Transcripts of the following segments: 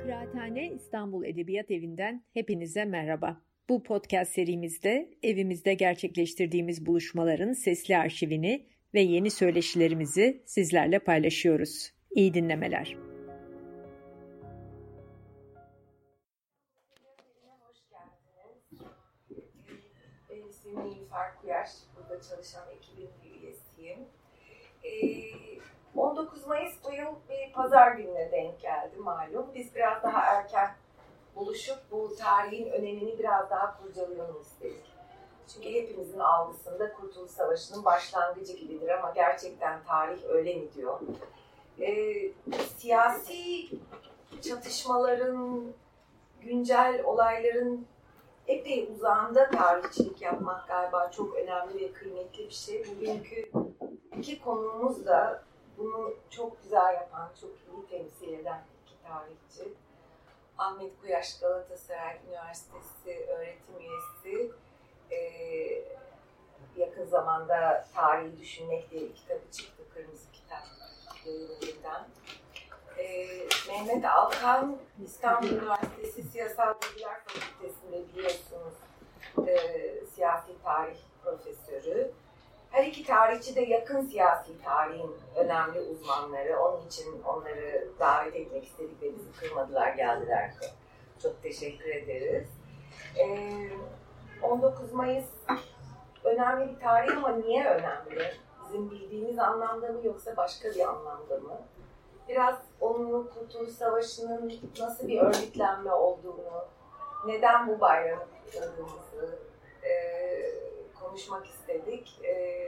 Kıraathane İstanbul Edebiyat Evi'nden hepinize merhaba. Bu podcast serimizde evimizde gerçekleştirdiğimiz buluşmaların sesli arşivini ve yeni söyleşilerimizi sizlerle paylaşıyoruz. İyi dinlemeler. Hoş geldiniz. Ben ismim Nilüfer Kuyaş. Burada çalışan ekibin bir üyesiyim. 19 Mayıs bu yıl bir pazar gününe denk geldi malum. Biz biraz daha erken buluşup bu tarihin önemini biraz daha kurcalayalım istedik. Çünkü hepimizin algısında Kurtuluş Savaşı'nın başlangıcı gibidir ama gerçekten tarih öyle mi diyor? Siyasi çatışmaların, güncel olayların epey uzağında tarihçilik yapmak galiba çok önemli ve kıymetli bir şey. Bugünkü iki konuğumuz da bunu çok güzel yapan, çok iyi temsil eden iki tarihçi. Ahmet Kuyaş, Galatasaray Üniversitesi öğretim üyesi. Yakın zamanda Tarihi Düşünmek diye bir kitabı çıktı, Kırmızı Kitap yayınlarından. Mehmet Alkan, İstanbul Üniversitesi Siyasal Bilgiler Fakültesi'nde biliyorsunuz siyasi tarih profesörü. Her iki tarihçi de yakın siyasi tarihin önemli uzmanları. Onun için onları davet etmek istedik ve bizi kırmadılar, geldiler. Çok teşekkür ederiz. 19 Mayıs önemli bir tarih ama niye önemli? Bizim bildiğimiz anlamda mı yoksa başka bir anlamda mı? Biraz onun Kurtuluş Savaşı'nın nasıl bir örgütlenme olduğunu, neden bu bayramı kutladığımızı konuşmak istedik.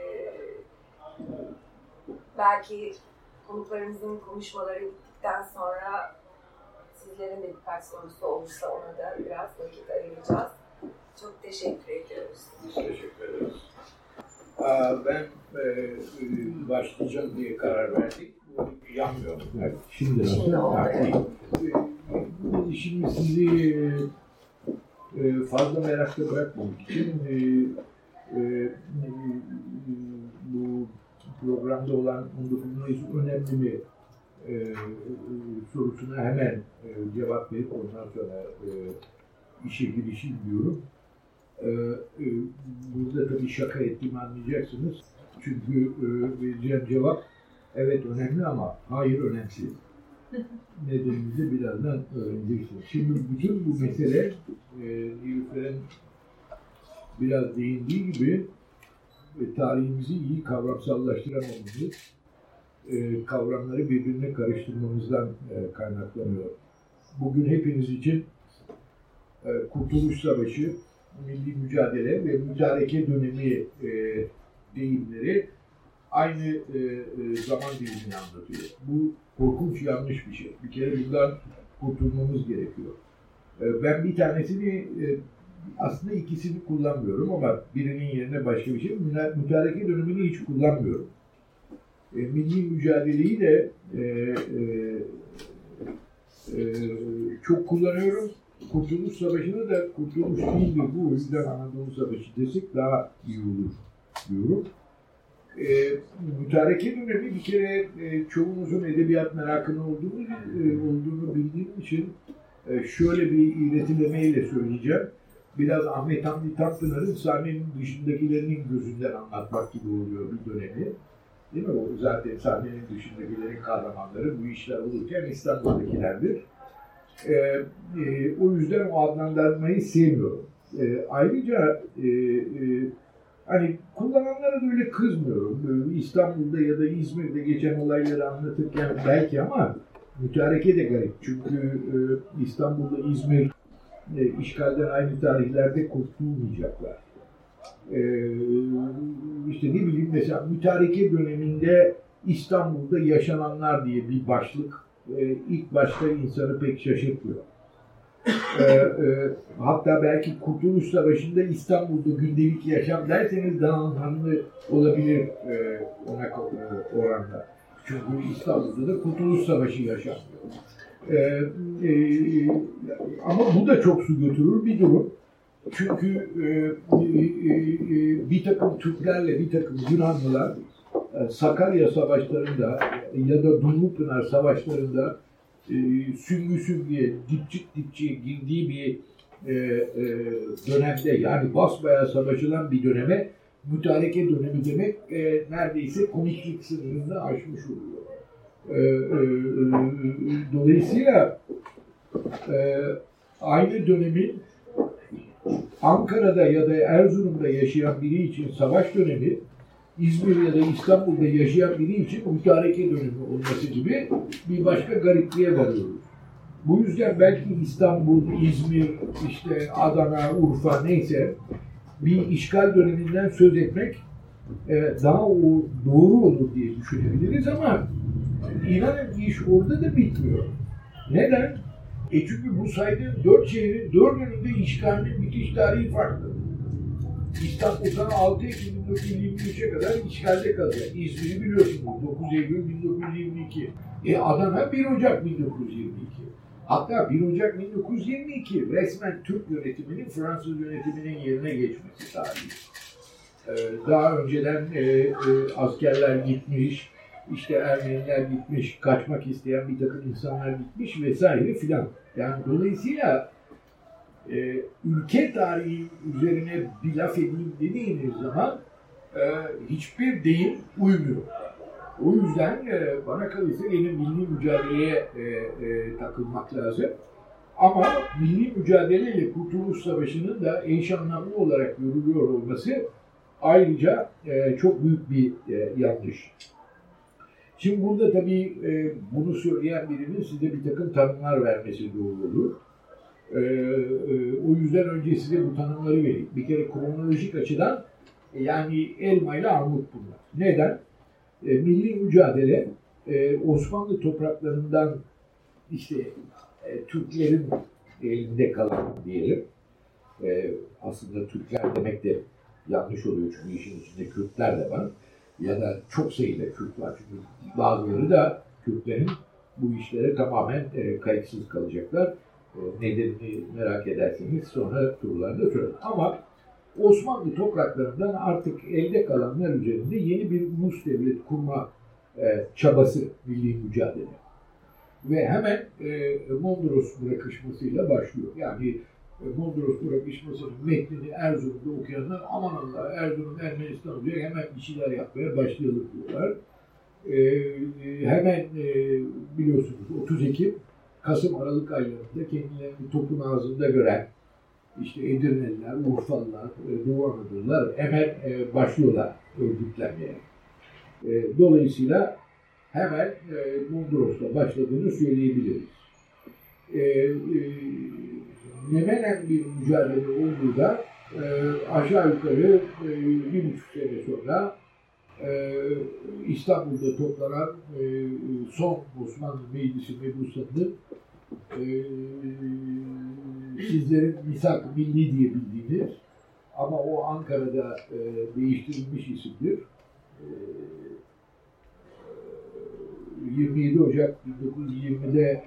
Belki konuklarımızın konuşmaları bittikten sonra sizlerin de birkaç sorusu olursa ona da biraz vakit ayıracağız. Çok teşekkür ediyoruz. Teşekkür ederiz. Ben başlayacağım diye karar verdik. Yanmıyor. Evet, şimdi şimdi sizi fazla merakla bırakmamak için bu programda olan 19 Mayıs önemli mi sorusuna hemen cevap verip ondan sonra işe girişim diyorum. Burada tabii şaka ettiğimi anlayacaksınız. Çünkü vereceğim cevap evet önemli ama hayır önemsiz. Nedenimizi birazdan öğreneceksiniz. Şimdi bütün bu mesele Nilüfer'in biraz değindiği gibi tarihimizi iyi kavramsallaştıramamamız, kavramları birbirine karıştırmamızdan kaynaklanıyor. Bugün hepiniz için Kurtuluş Savaşı, milli mücadele ve mütareke dönemi deyimleri aynı zaman dilimini anlatıyor. Bu korkunç yanlış bir şey. Bir kere bundan kurtulmamız gerekiyor. Ben bir tanesini, aslında ikisini kullanmıyorum ama birinin yerine başka bir şey. Mütareke dönemini hiç kullanmıyorum. Milli mücadeleyi de çok kullanıyorum. Kurtuluş Savaşı'nı da kurtuluş değildir. Bu yüzden Anadolu Savaşı desek daha iyi olur diyorum. Mütareke dönemi bir kere çoğumuzun edebiyat merakının olduğunu bildiğim için şöyle bir iletilemeyle söyleyeceğim. Biraz Ahmet Hamdi Tanpınar'ın sahnenin dışındakilerinin gözünden anlatmak gibi oluyor bir dönemi. Değil mi? O zaten sahnenin dışındakilerin kahramanları bu işler olurken İstanbul'dakilerdir. O yüzden o adlandırmayı sevmiyorum. Ayrıca hani kullananlara da öyle kızmıyorum. İstanbul'da ya da İzmir'de geçen olayları anlatırken belki ama mütareke de garip. Çünkü İstanbul'da İzmir işgalden aynı tarihlerde kurtulmayacaklar. İşte ne bileyim mesela mütareke döneminde İstanbul'da yaşananlar diye bir başlık ilk başta insanı pek şaşırtmıyor. Hatta belki Kurtuluş Savaşı'nda İstanbul'da gündelik yaşam derseniz daha anlamlı olabilir ona oranda. Çünkü İstanbul'da da Kurtuluş Savaşı yaşanıyor. Ama bu da çok su götürür bir durum. Çünkü bir takım Türklerle bir takım Yunanlılar Sakarya Savaşları'nda ya da Dumlupınar Savaşları'nda süngü süngüye, dipçik dipçiye girdiği bir dönemde, yani basbayağı savaşılan bir döneme mütareke dönemi demek neredeyse komiklik sınırını aşmış oluyor. Dolayısıyla aynı dönemin Ankara'da ya da Erzurum'da yaşayan biri için savaş dönemi, İzmir ya da İstanbul'da yaşayan biri için mütareke dönemi olması gibi bir başka garipliğe varıyoruz. Bu yüzden belki İstanbul, İzmir, işte Adana, Urfa neyse bir işgal döneminden söz etmek daha doğru olur diye düşünebiliriz ama inanın iş orada da bitmiyor. Neden? Çünkü bu saydığım 4 şehrin 4'ünün de işgalinin bitiş tarihi farklı. İstanbul sana 6 Ekim 1923'e kadar işgalde kalacak. İzmir'i biliyorsunuz 9 Eylül 1922. Adana 1 Ocak 1922. Hatta 1 Ocak 1922 resmen Türk yönetiminin Fransız yönetiminin yerine geçmesi tarihi. Daha önceden askerler gitmiş, işte Ermeniler gitmiş, kaçmak isteyen bir takım insanlar gitmiş vesaire filan. Yani dolayısıyla ülke tarihi üzerine bir laf edeyim dediğiniz zaman hiçbir deyim uymuyor. O yüzden bana kalırsa yine milli mücadeleye takılmak lazım. Ama milli mücadeleyle Kurtuluş Savaşı'nın da eş anlamlı olarak görülüyor olması ayrıca çok büyük bir yanlış. Şimdi burada tabii bunu söyleyen birinin size bir takım tanımlar vermesi doğru olur. O yüzden önce size bu tanımları vereyim. Bir kere kronolojik açıdan yani elma ile armut bunlar. Neden? Milli mücadele Osmanlı topraklarından işte Türklerin elinde kalan diyelim. Aslında Türkler demek de yanlış oluyor çünkü işin içinde Kürtler de var. Ya da çok sayıda Kürt var çünkü bazıları da Kürtlerin bu işlere tamamen kayıtsız kalacaklar. Nedenini merak ederseniz sonra turlarda söylerim. Ama Osmanlı topraklarından artık elde kalanlar üzerinde yeni bir ulus devlet kurma çabası milli mücadele. Ve hemen Mondros bırakışmasıyla başlıyor. Yani Mondros bırakışmasının metnini Erzurum'da okuyanlar aman Allah Erzurum Ermenistan olacak hemen bir şeyler yapmaya başlayalım diyorlar. Hemen biliyorsunuz 30 Ekim Kasım Aralık aylarında kendilerini topun ağzında gören işte Edirneliler, Urfalılar, Doğu Anadolular hemen başlıyorlar örgütlenmeye. Dolayısıyla hemen Mondros'la başladığını söyleyebiliriz. Menemen bir mücadele olduğu da aşağı yukarı 1,5 sene sonra İstanbul'da toplanan son Osmanlı Meclisi Mebusan'ın sizlerin misak-ı milli diye bildiğiniz ama o Ankara'da değiştirilmiş isimdir. 27 Ocak 1920'de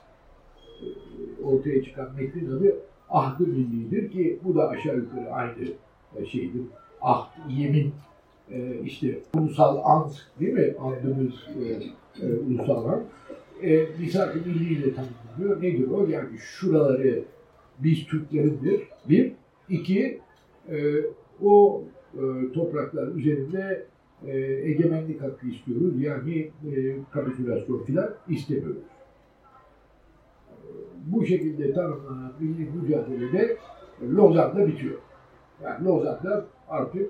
ortaya çıkan metnin adı Ahd-ı Milli'dir ki bu da aşağı yukarı aynı şeydir. Ahd, yemin, işte ulusal ant değil mi? Andımız ulusal ant. Misak-ı Milli ile tanımlanıyor. Nedir o? Yani şuraları biz Türklerindir. Bir. İki, o topraklar üzerinde egemenlik hakkı istiyoruz. Yani kapitülasyon filan istemiyoruz. Bu şekilde tanımlanan milli mücadelede Lozan'da bitiyor. Yani Lozan'da artık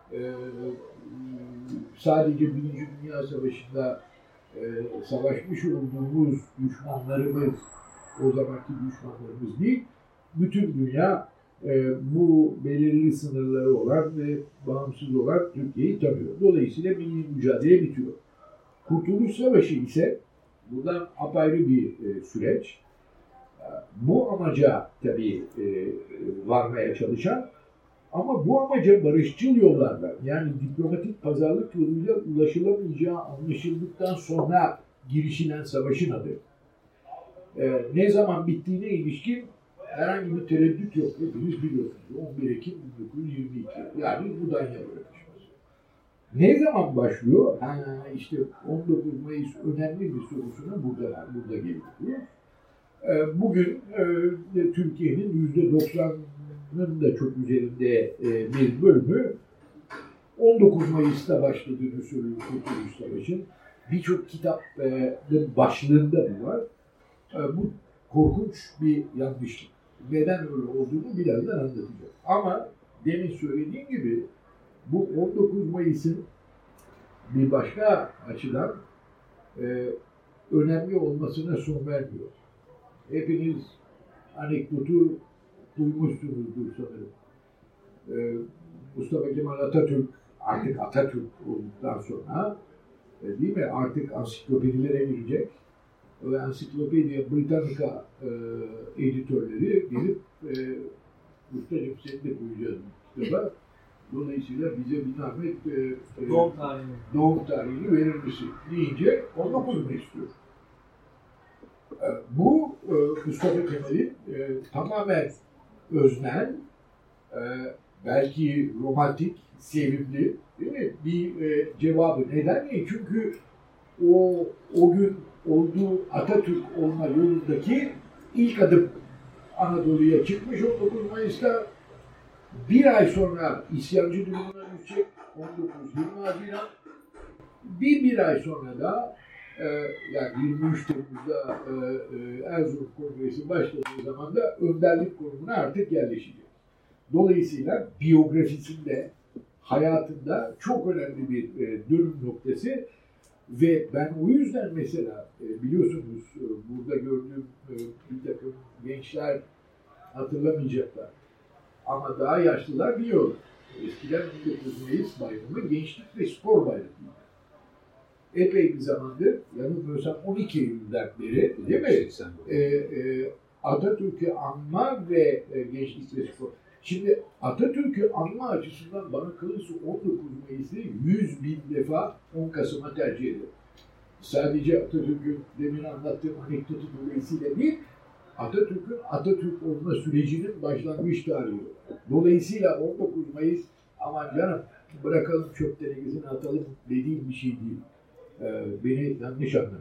sadece Birinci Dünya Savaşı'nda savaşmış olduğumuz düşmanlarımız, o zamanki düşmanlarımız değil, bütün dünya bu belirli sınırları olan ve bağımsız olan Türkiye'yi tanıyor. Dolayısıyla milli mücadele bitiyor. Kurtuluş Savaşı ise buradan apayrı bir süreç. Bu amaca tabii varmaya çalışan ama bu amaca barışçıl yollarla yani diplomatik pazarlık yoluyla ulaşılamayacağı anlaşıldıktan sonra girişilen savaşın adı. Ne zaman bittiğine ilişkin herhangi bir tereddüt yok. Hepiniz biliyorsunuz. 11 Ekim 1922. Yani Mudanya bırakışması. Ne zaman başlıyor? İşte 19 Mayıs önemli bir sorusuna burada geliyor. Bugün Türkiye'nin %90'ının da çok üzerinde bir bölümü 19 Mayıs'ta başladığını söylüyor Kurtuluş Savaşı'nın. Birçok kitabın başlığında bu var. Bu korkunç bir yanlışlık. Neden öyle olduğunu birazdan anlatacağım. Ama demin söylediğim gibi bu 19 Mayıs'ın bir başka açıdan önemli olmasına son vermiyor. Hepiniz anekdotu duymuşsunuzdur sanırım. Mustafa Kemal Atatürk artık Atatürk olduktan sonra değil mi? Artık ansiklopedilere girecek. Ve Ansiklopedya Britannica editörleri gelip Ustacığım seni de koyacağız bu kitaba. Dolayısıyla bize bir zahmet doğum tarihini verir misin deyince 19 Mayıs diyor. Bu Mustafa Kemal'in tamamen öznel, belki romantik, sevimli değil mi? Bir cevabı. Neden? Çünkü o gün olduğu Atatürk olma yolundaki ilk adım Anadolu'ya çıkmış 19 Mayıs'ta. Bir ay sonra isyancı durumuna düşecek 19-20 Haziran. Bir ay sonra da yani 23 Temmuz'da Erzurum Kongresi başladığı zaman da önderlik konumuna artık yerleşecek. Dolayısıyla biyografisinde, hayatında çok önemli bir dönüm noktası ve ben o yüzden mesela biliyorsunuz burada gördüğüm bir takım gençler hatırlamayacaklar. Ama daha yaşlılar biliyorlar. Eskiden 19 Mayıs bayramı gençlik ve spor bayramıydı. Epey bir zamandır, yanılmıyorsam 12 Eylül'den beri değil mi? Atatürk'ü anma ve gençlik ve spor. Şimdi Atatürk'ü anma açısından bana kalırsa 19 Mayıs'ı 100.000 defa 10 Kasım'a tercih ederim. Sadece Atatürk'ün demin anlattığım anekdotu dolayısıyla değil, Atatürk'ün Atatürk olma sürecinin başlangıç tarihi. Dolayısıyla 19 Mayıs aman canım bırakalım çöp tenekesini atalım dediğim bir şey değil. Beni yanlış anlamayın.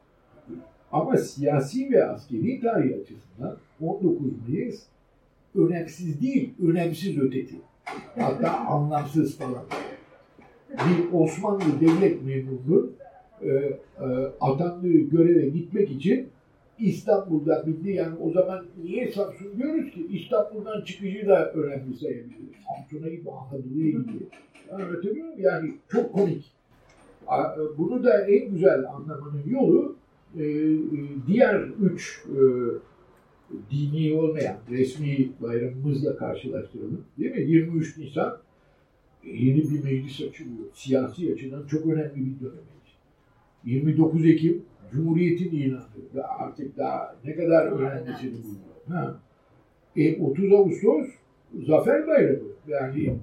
Ama siyasi ve askeri tarih açısından 19 Mayıs önemsiz değil, önemsiz öteki. Hatta anlamsız falan. Bir Osmanlı devlet memurunun atandığı göreve gitmek için İstanbul'dan bindi. Yani o zaman niye Samsun diyoruz ki? İstanbul'dan çıkışı da önemli sayabiliriz. Samsun'a gibi Anadolu'ya gidiyor. Anlatabiliyor muyum? Yani çok komik. Bunu da en güzel anlamanın yolu diğer 3 dini olmayan resmi bayramımızla karşılaştıralım. Değil mi? 23 Nisan yeni bir meclis açılıyor. Siyasi açıdan çok önemli bir dönem. 29 Ekim Cumhuriyet'in ilanı ve artık daha ne kadar önemlisini buluyor. 30 Ağustos Zafer Bayramı. Yani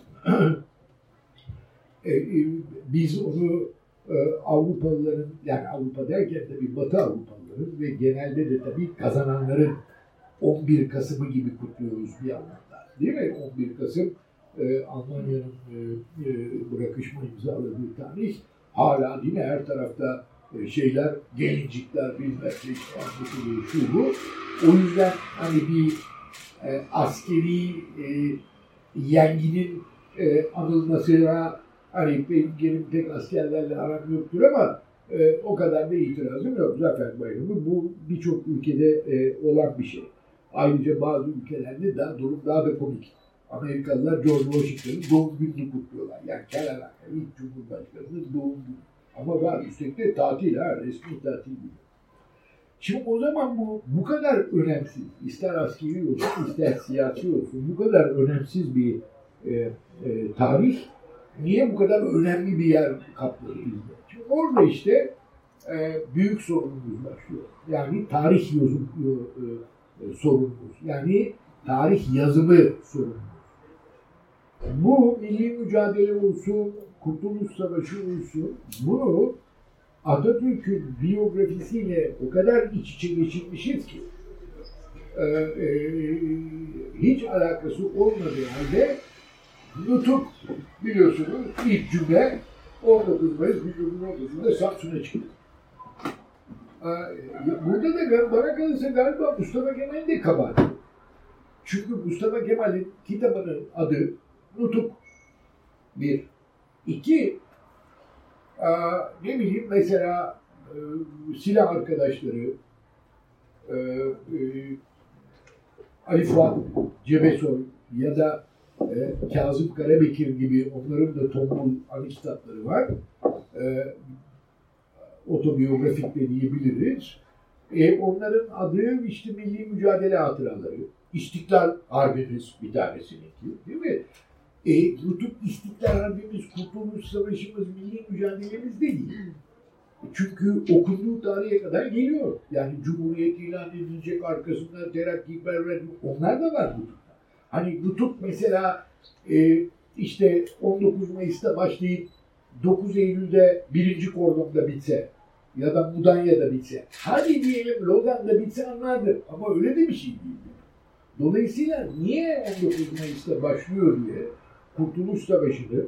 biz onu Avrupalıların, yani Avrupa derken tabii Batı Avrupalıların ve genelde de tabii kazananların 11 Kasım'ı gibi kutluyoruz bir anlamda. Değil mi? 11 Kasım Almanya'nın bırakışma imzaladığı tarih. Hala değil mi? Her tarafta şeyler, gelincikler, bilmem ne, şu bu. O yüzden hani bir askeri yenginin anılmasına hani benim pek askerlerle aram yoktur ama o kadar da itirazım yok. Zafer Bayramı bu birçok ülkede olan bir şey. Ayrıca bazı ülkelerde durum daha da komik. Amerikalılar George Washington'ın doğum gününü kutluyorlar. Yani Kenan ilk Cumhurbaşkanı'nın doğum günü. Ama var üstelik de tatil resmi tatil gibi. Şimdi o zaman bu kadar önemsiz, ister askeri olsun, ister siyasi olsun, bu kadar önemsiz bir tarih niye bu kadar önemli bir yer kapladı bizde? Şimdi orada işte büyük sorunumuz başlıyor. Yani tarih sorunumuz. Yani tarih yazımı sorunumuz. Bu milli mücadele olsun, Kurtuluş Savaşı olsun, bunu Atatürk'ün biyografisiyle o kadar iç içe geçirmişiz ki hiç alakası olmadığı halde Nutuk biliyorsunuz ilk cümle 19 Mayıs 1919'da Samsun'a çıktı. Burada da bana kalırsa galiba Mustafa Kemal'in de kabahati. Çünkü Mustafa Kemal'in kitabının adı Nutuk. Bir. İki, ne bileyim mesela silah arkadaşları, Ali Fuat Cebesoy ya da Kazım Karabekir gibi onların da tombul anı kitapları var. Otobiyografik de diyebiliriz. Onların adı işte Milli Mücadele Hatıraları. İstiklal Harbimiz bir tanesininki, değil mi? Nutuk İstiklal Harbimiz, Kurtuluş Savaşımız, Milli Mücadelemiz değil. Çünkü okunduğu tarihe kadar geliyor. Yani Cumhuriyet ilan edilecek, arkasından terakkiperver, onlar da var Nutuk'ta. Hani Nutuk mesela işte 19 Mayıs'ta başlayıp 9 Eylül'de 1. Kordon'da bitse ya da Mudanya'da bitse, hadi diyelim Lozan'da bitse anlardır. Ama öyle de bir şey değil. Dolayısıyla niye 19 Mayıs'ta başlıyor diye Kurtuluş Savaşı'nı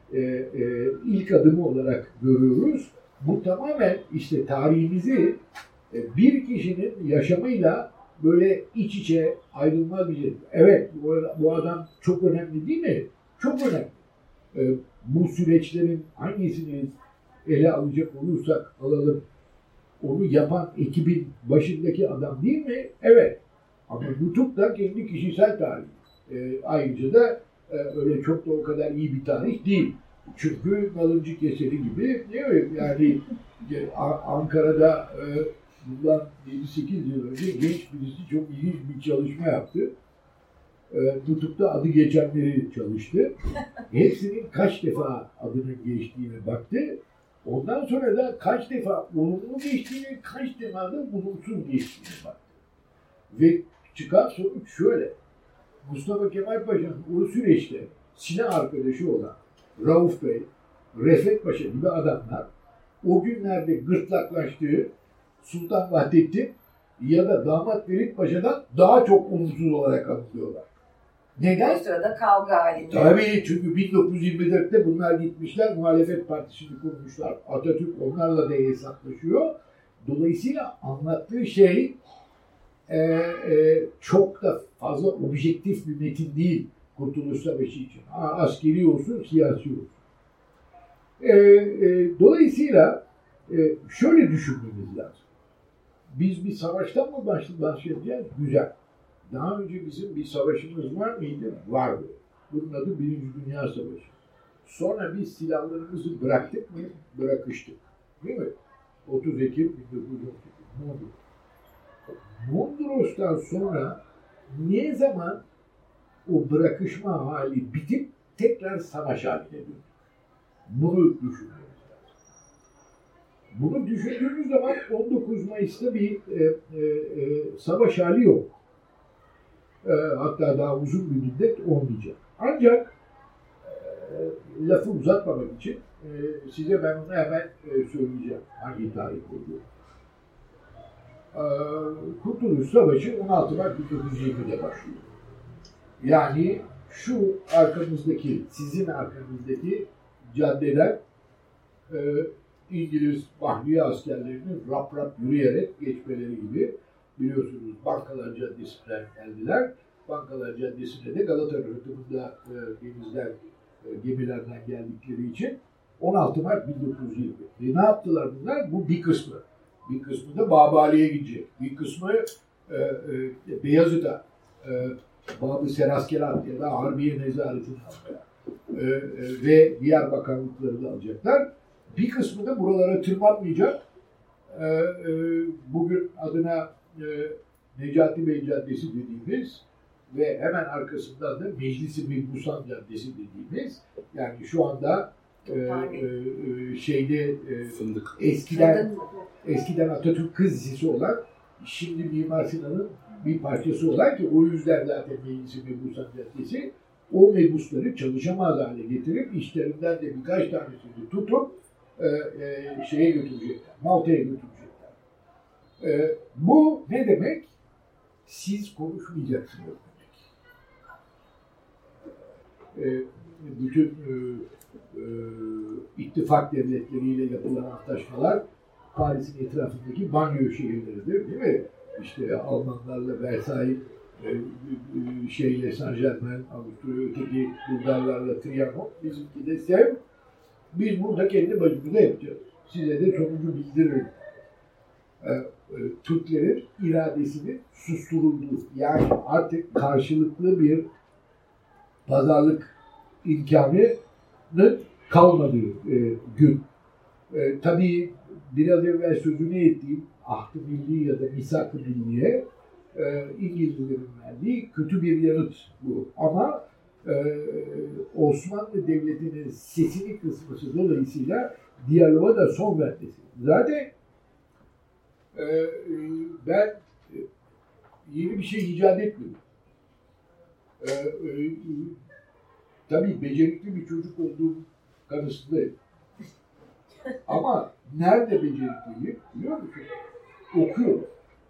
ilk adımı olarak görüyoruz. Bu tamamen işte tarihimizi bir kişinin yaşamıyla böyle iç içe ayrılmaz bir şey. Evet, bu adam çok önemli değil mi? Çok önemli. Bu süreçlerin hangisini ele alacak olursak alalım, onu yapan ekibin başındaki adam değil mi? Evet. Ama Nutuk da kendi kişisel tarihi. Ayrıca da öyle çok da o kadar iyi bir tarih değil. Çünkü Nalıncık eseri gibi, değil mi? Yani Ankara'da bundan 7-8 yıl önce genç birisi çok ilginç bir çalışma yaptı. Nutuk'ta adı geçenleri çalıştı. Hepsinin kaç defa adının geçtiğine baktı. Ondan sonra da kaç defa olumlu geçtiğine, kaç defa da olumsuz geçtiğine baktı. Ve çıkan sonuç şöyle. Mustafa Kemal Paşa'nın o süreçte silah arkadaşı olan Rauf Bey, Refet Paşa gibi adamlar o günlerde gırtlaklaştığı Sultan Vahdettin ya da Damat Ferit Paşa'dan daha çok olumsuz olarak anılıyorlar. Neden? O sırada kavga halinde. Tabii, çünkü 1924'te bunlar gitmişler, muhalefet partisini kurmuşlar. Atatürk onlarla da hesaplaşıyor. Dolayısıyla anlattığı şey çok da fazla objektif bir metin değil Kurtuluş Savaşı için. Askeri olsun, siyasi olsun. Dolayısıyla şöyle düşünmemiz lazım. Biz bir savaştan mı başlayacağız? Güzel. Daha önce bizim bir savaşımız var mıydı? Vardı. Bunun adı Birinci Dünya Savaşı. Sonra biz silahlarımızı bıraktık mı? Bırakıştık. Değil mi? 30 Ekim 1918. Mondros'tan sonra ne zaman o bırakışma hali bitip tekrar savaş haline döndü? Bunu düşünüyoruz. Bunu düşündüğümüz zaman 19 Mayıs'ta bir savaş hali yok. Hatta daha uzun bir müddet olmayacak. Ancak lafı uzatmamak için size ben onu hemen söyleyeceğim. Hangi tarih oluyor? Kurtuluş Savaşı 16 Mart 1920'de başlıyor. Yani şu arkamızdaki, sizin arkanızdaki caddeden İngiliz bahriye askerlerinin rap rap yürüyerek geçmeleri gibi, biliyorsunuz Bankalar Caddesi'nden geldiler. Bankalar Caddesi'ne de Galata rıhtımında denizden, gemilerden geldikleri için 16 Mart 1920. Ve ne yaptılar bunlar? Bu bir kısmı. Bir kısmı da Babali'ye gidecek. Bir kısmı Beyazıt'a, Babı Seraskerat ya da Harbiye Nezaretini almaya ve diğer bakanlıkları da alacaklar. Bir kısmı da buralara tırmanmayacak. Bugün adına Necati Bey Caddesi dediğimiz ve hemen arkasından da Meclis-i Mebusan Caddesi dediğimiz, yani şu anda eskiden Atatürk Kız Lisesi olan, şimdi Mimar Sinan'ın bir parçası olan, ki o yüzden zaten Meclis-i Mebusan Caddesi, o mebusları çalışamaz hale getirip işlerinden de birkaç tanesini tutup şeye götürecekler, Malta'ya götürecekler. Bu ne demek? Siz konuşmayacaksınız demek. bütün ittifak devletleriyle yapılan antlaşmalar Paris'in etrafındaki banyo şehirleridir, değil mi? İşte Almanlarla Versailles, Saint-Germain, Avusturya, öteki Bulgarlarla Trianon, bizimki de Sevr. Biz burada kendi başımıza yapacağız. Size de sonucu bildiririm. Türklerin iradesinin susturulduğu, yani artık karşılıklı bir pazarlık imkanının kalmadığı gün. Tabii biraz evvel sözünü ettiğim Ahd-ı Milli ya da Misak-ı Milliye İngilizlerin verdiği kötü bir yanıt bu. Ama Osmanlı Devleti'nin sesini kısması dolayısıyla diyaloğa da son vermesi. Zaten ben yeni bir şey icat etmedim. Tabii becerikli bir çocuk olduğum kanısındayım. Ama nerede becerikliyim biliyor musun? Okuyorum.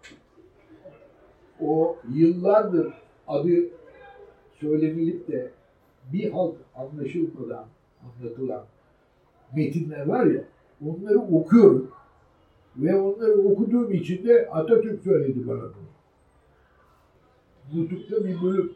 O yıllardır adı söylenilip de bir halk anlaşılmadan anlatılan metinler var ya, onları okuyorum. Ve onları okuduğum için de Atatürk söyledi bana bunu. Nutuk'ta bir bölüm.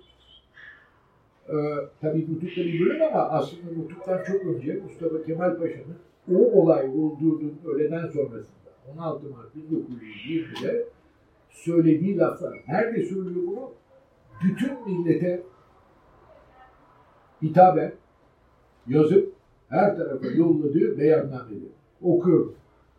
Tabii Nutuk'ta bir bölüm ama aslında Nutuk'tan çok önce Mustafa Kemal Paşa'nın o olay olduğunun öğleden sonrasında 16 Mart 1920'de söylediği laflar. Nerede söylüyor bunu? Bütün millete hitaben yazıp her tarafa yolladığı beyannameleri okuyorum.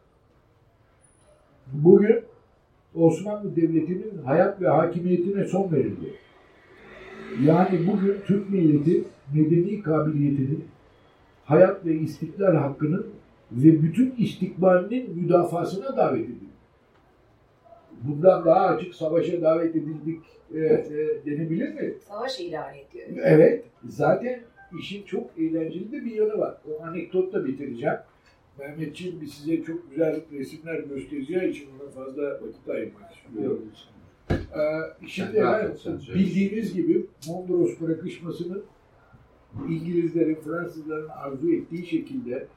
Bugün Osmanlı Devleti'nin hayat ve hakimiyetine son verildi. Yani bugün Türk milleti medeni kabiliyetinin, hayat ve istiklal hakkının ve bütün istikbalinin müdafasına davet edildi. Bundan daha açık savaşa davet edildik denebilir mi? Savaş ilan ediyor. Evet. Zaten işin çok eğlenceli de bir yanı var. O anekdotla bitireceğim. Mehmetciğim size çok güzel resimler göstereceği için ona fazla vakit ayırmak istiyorum. Şimdi bildiğiniz gibi Mondros bırakışmasının İngilizlerin, Fransızların arzu ettiği şekilde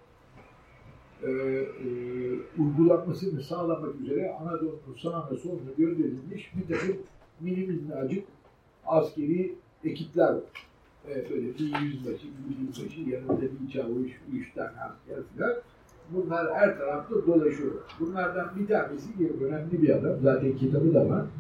uygulanmasını sağlamak üzere Anadolu'nun sağına soluna gönderilmiş bir takım minicik askeri ekipler var. Böyle bir yüzbaşı, bir yüzbaşı, yanında bir çavuş, 3 tane asker filan. Bunlar her tarafta dolaşıyor. Bunlardan bir tanesi önemli bir adam. Zaten kitabı da var.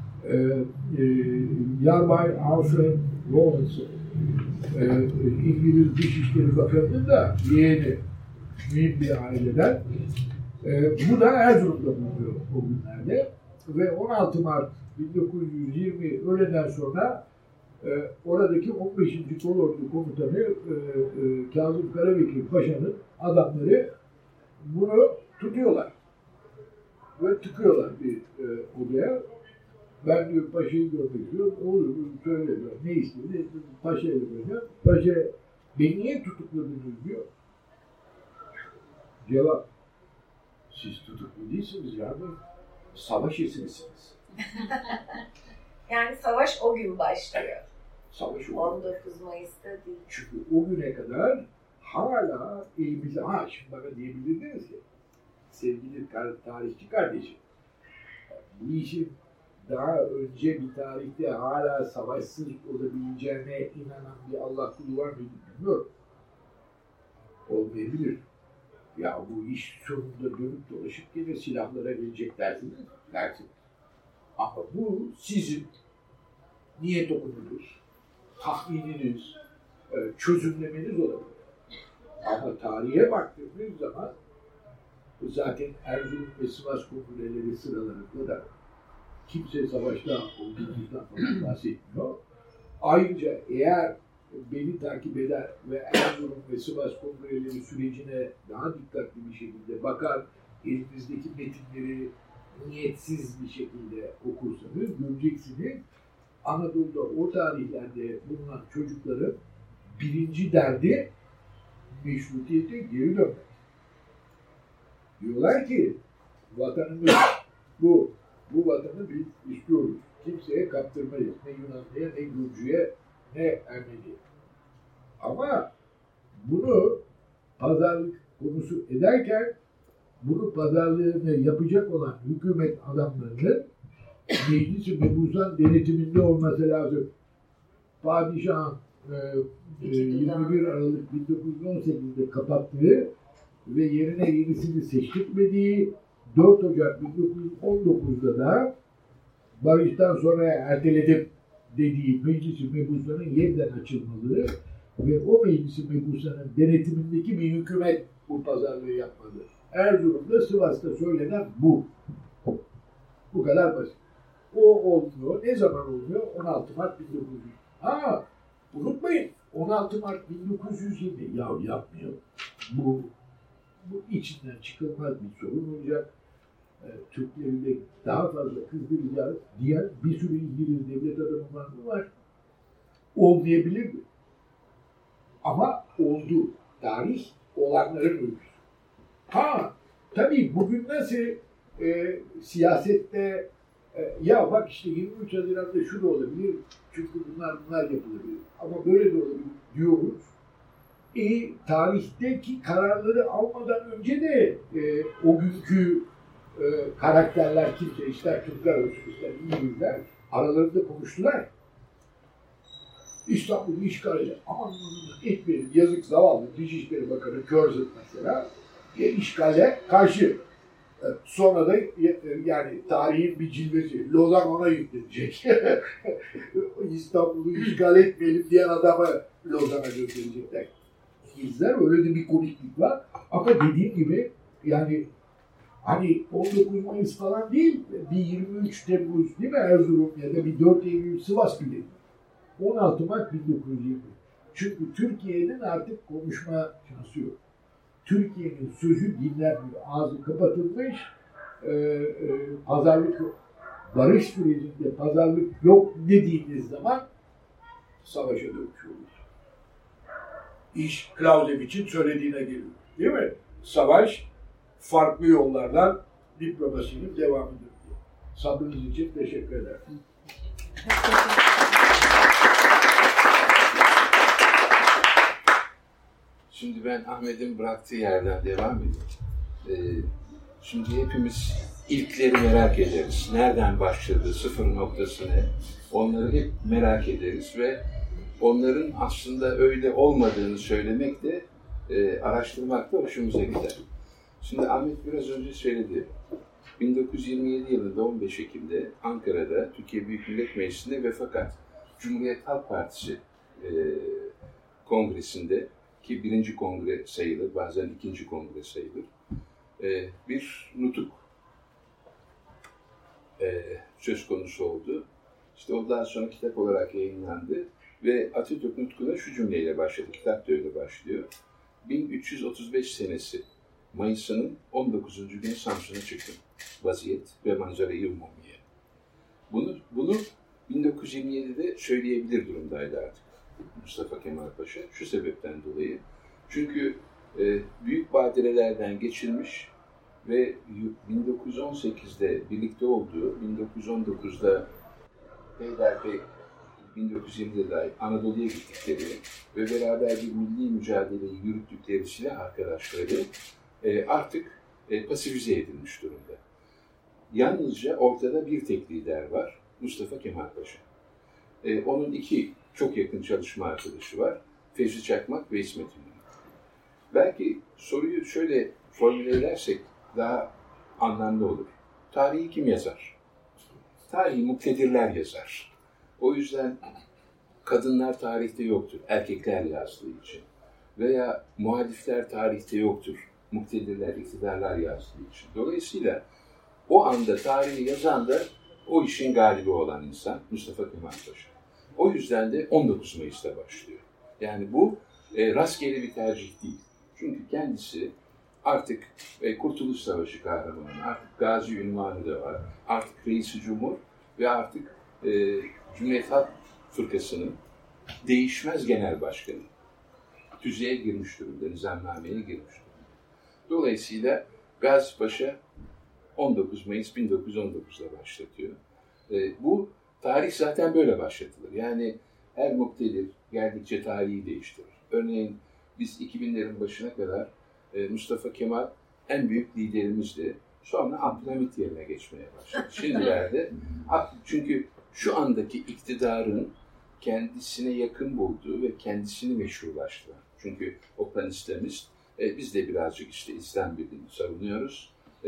Yarbay Alfred Lawrence, İngiliz Dışişleri Bakanı'nın da yeğeni, mühim bir aileden. Bu da Erzurum'da bulunuyor o günlerde. Ve 16 Mart 1920 öğleden sonra oradaki 15. Kolordu Komutanı Kazım Karabekir Paşa'nın adamları bunu tutuyorlar ve tıkıyorlar bir odaya. Ben diyor paşayı görmek istiyorum. Olur, söyle diyor. Ne istedi? Paşa'yı göreceğim. Paşa, beni niye tutukladınız diyor. Cevap, siz tutuklu değilsiniz ya. Savaş esirisiniz. Yani savaş o gün başlıyor. Savaş o gün. 19 Mayıs'ta değil. Çünkü o güne kadar hala elimizde, şimdi bana diyebilirdiniz ki, sevgili tarihçi kardeşim, bu işin daha önce bir tarihte hala savaşsız olabileceğine inanan bir Allah kulu var mı bilmiyorum. Olmayabilir. Ya bu iş sonunda dönüp dolaşıp yine silahlara gelecek dersiniz. Ama bu sizin niyet okununuz, tahmininiz, çözümlemeniz olabilir. Ama tarihe baktığımız zaman zaten Erzurum ve Sivas kongreleri sıralarında da kimse savaşta olduğumuzdan falan bahsetmiyor. Ayrıca eğer beni takip eder ve Erzurum ve Sivas kongreleri sürecine daha dikkatli bir şekilde bakar, elinizdeki metinleri niyetsiz bir şekilde okursanız göreceksiniz. Anadolu'da o tarihlerde bulunan çocukların birinci derdi meşrutiyete geri dönmek. Diyorlar ki vatanımız bu vatanı biz istiyoruz. Kimseye kaptırmayız. Ne Yunanlı'ya, ne Gürcü'ye, ne Ermeni'ye. Ama bunu pazarlık konusu ederken bunu pazarlığını yapacak olan hükümet adamlarının Meclis-i Mebusan denetiminde olması lazım. Padişahın 21 Aralık 1918'de kapattığı ve yerine yenisini seçtirmediği 4 Ocak 1919'da da barıştan sonra erteledim dediği Meclis-i Mebusan'ın yeniden açılmalı ve o Meclis-i Mebusan'ın denetimindeki bir hükümet bu pazarlığı yapmalı. Erzurum'da, Sivas'ta söylenen bu. Bu kadar basit. O olmuyor. Ne zaman oluyor? 16 Mart 1900. Unutmayın. 16 Mart 1920. Ya yapmıyor. Bu içinden çıkılmaz bir sorun olacak. Türkleri de daha fazla kızdıracağız diyen bir sürü İngiliz devlet adamı var mı? Var. Olmayabilir mi? Ama oldu. Tarih olanların öyküsü. Tabii bugün nasıl siyasette ya bak işte 23 Haziran'da şu da olabilir çünkü bunlar yapılabilir. Ama böyle de olabilir diyoruz. Tarihteki kararları almadan önce de o günkü karakterler kimse ister Türkler olsun ister İngilizler aralarında konuştular. İstanbul'u işgal eder. Aman etmeyin yazık zavallı Dışişleri Bakanı Curzon mesela işgale karşı. Sonra da yani tarihin bir cilvesi. Lozan ona yüklenecek. İstanbul'u işgal etmeyelim diyen adamı Lozan'a gönderecekler. İngilizler öyle de bir komiklik var. Ama dediğim gibi yani hani 19 Mayıs falan değil, bir 23 Temmuz değil mi Erzurum ya da bir 4 Eylül Sivas bile. 16 Mart 1920. Çünkü Türkiye'nin artık konuşma şansı yok. Türkiye'nin sözü dinlenmiyor. Ağzı kapatılmış, pazarlık yok. Barış sürecinde pazarlık yok dediğiniz zaman savaşa dönmüş olur. İş Clausewitz'in söylediğine geliyor. Değil mi? Savaş farklı yollardan diplomasinin devamıdır. Sabrınız için teşekkür ederim. Şimdi ben Ahmet'in bıraktığı yerden devam edeyim. Şimdi hepimiz ilkleri merak ederiz. Nereden başladı, sıfır noktası ne? Onları hep merak ederiz ve onların aslında öyle olmadığını söylemek de araştırmak da hoşumuza gider. Şimdi Ahmet biraz önce söyledi. 1927 yılında 15 Ekim'de Ankara'da Türkiye Büyük Millet Meclisi'nde ve fakat Cumhuriyet Halk Partisi kongresinde ki birinci kongre sayılır, bazen ikinci kongre sayılır, bir nutuk söz konusu oldu. İşte o daha sonra kitap olarak yayınlandı ve Atatürk nutkuna şu cümleyle başladı, kitap da öyle başlıyor. 1335 senesi Mayıs'ının 19. gün Samsun'a çıktım. Vaziyet ve manzara-i umumiye. Bunu 1927'de söyleyebilir durumdaydı artık Mustafa Kemal Paşa. Şu sebepten dolayı. Çünkü büyük badirelerden geçilmiş ve 1918'de birlikte olduğu, 1919'da peyderpey 1920'de dahi Anadolu'ya gittikleri ve beraber bir milli mücadeleyi yürüttükleri silah arkadaşları artık pasifize edilmiş durumda. Yalnızca ortada bir tek lider var, Mustafa Kemal Paşa. Onun iki çok yakın çalışma arkadaşı var, Fevzi Çakmak ve İsmet İnönü. Belki soruyu şöyle formüle edersek daha anlamlı olur. Tarihi kim yazar? Tarihi muktedirler yazar. O yüzden kadınlar tarihte yoktur, erkekler yazdığı için. Veya muhalifler tarihte yoktur, muktedirler, iktidarlar yazdığı için. Dolayısıyla o anda tarihi yazan da o işin galibi olan insan Mustafa Kemal Paşa. O yüzden de 19 Mayıs'ta başlıyor. Yani bu rastgele bir tercih değil. Çünkü kendisi artık Kurtuluş Savaşı kahramanı, artık Gazi ünvanı da var, artık Reis-i Cumhur ve artık Cumhuriyet Halk Fırkası'nın değişmez genel başkanı. Tüzüğe girmiş durumda, nizamnameye girmiş durumda. Dolayısıyla Gazi Paşa 19 Mayıs 1919'da başlatıyor. Bu tarih zaten böyle başlatılır. Yani her muktedir geldikçe tarihi değiştirir. Örneğin biz 2000'lerin başına kadar Mustafa Kemal en büyük liderimizdi. Sonra Abdülhamit yerine geçmeye başladı. Şimdilerde çünkü şu andaki iktidarın kendisine yakın bulduğu ve kendisini meşrulaştıran. Çünkü o pan-İslamist, biz de birazcık işte İslam birliğini savunuyoruz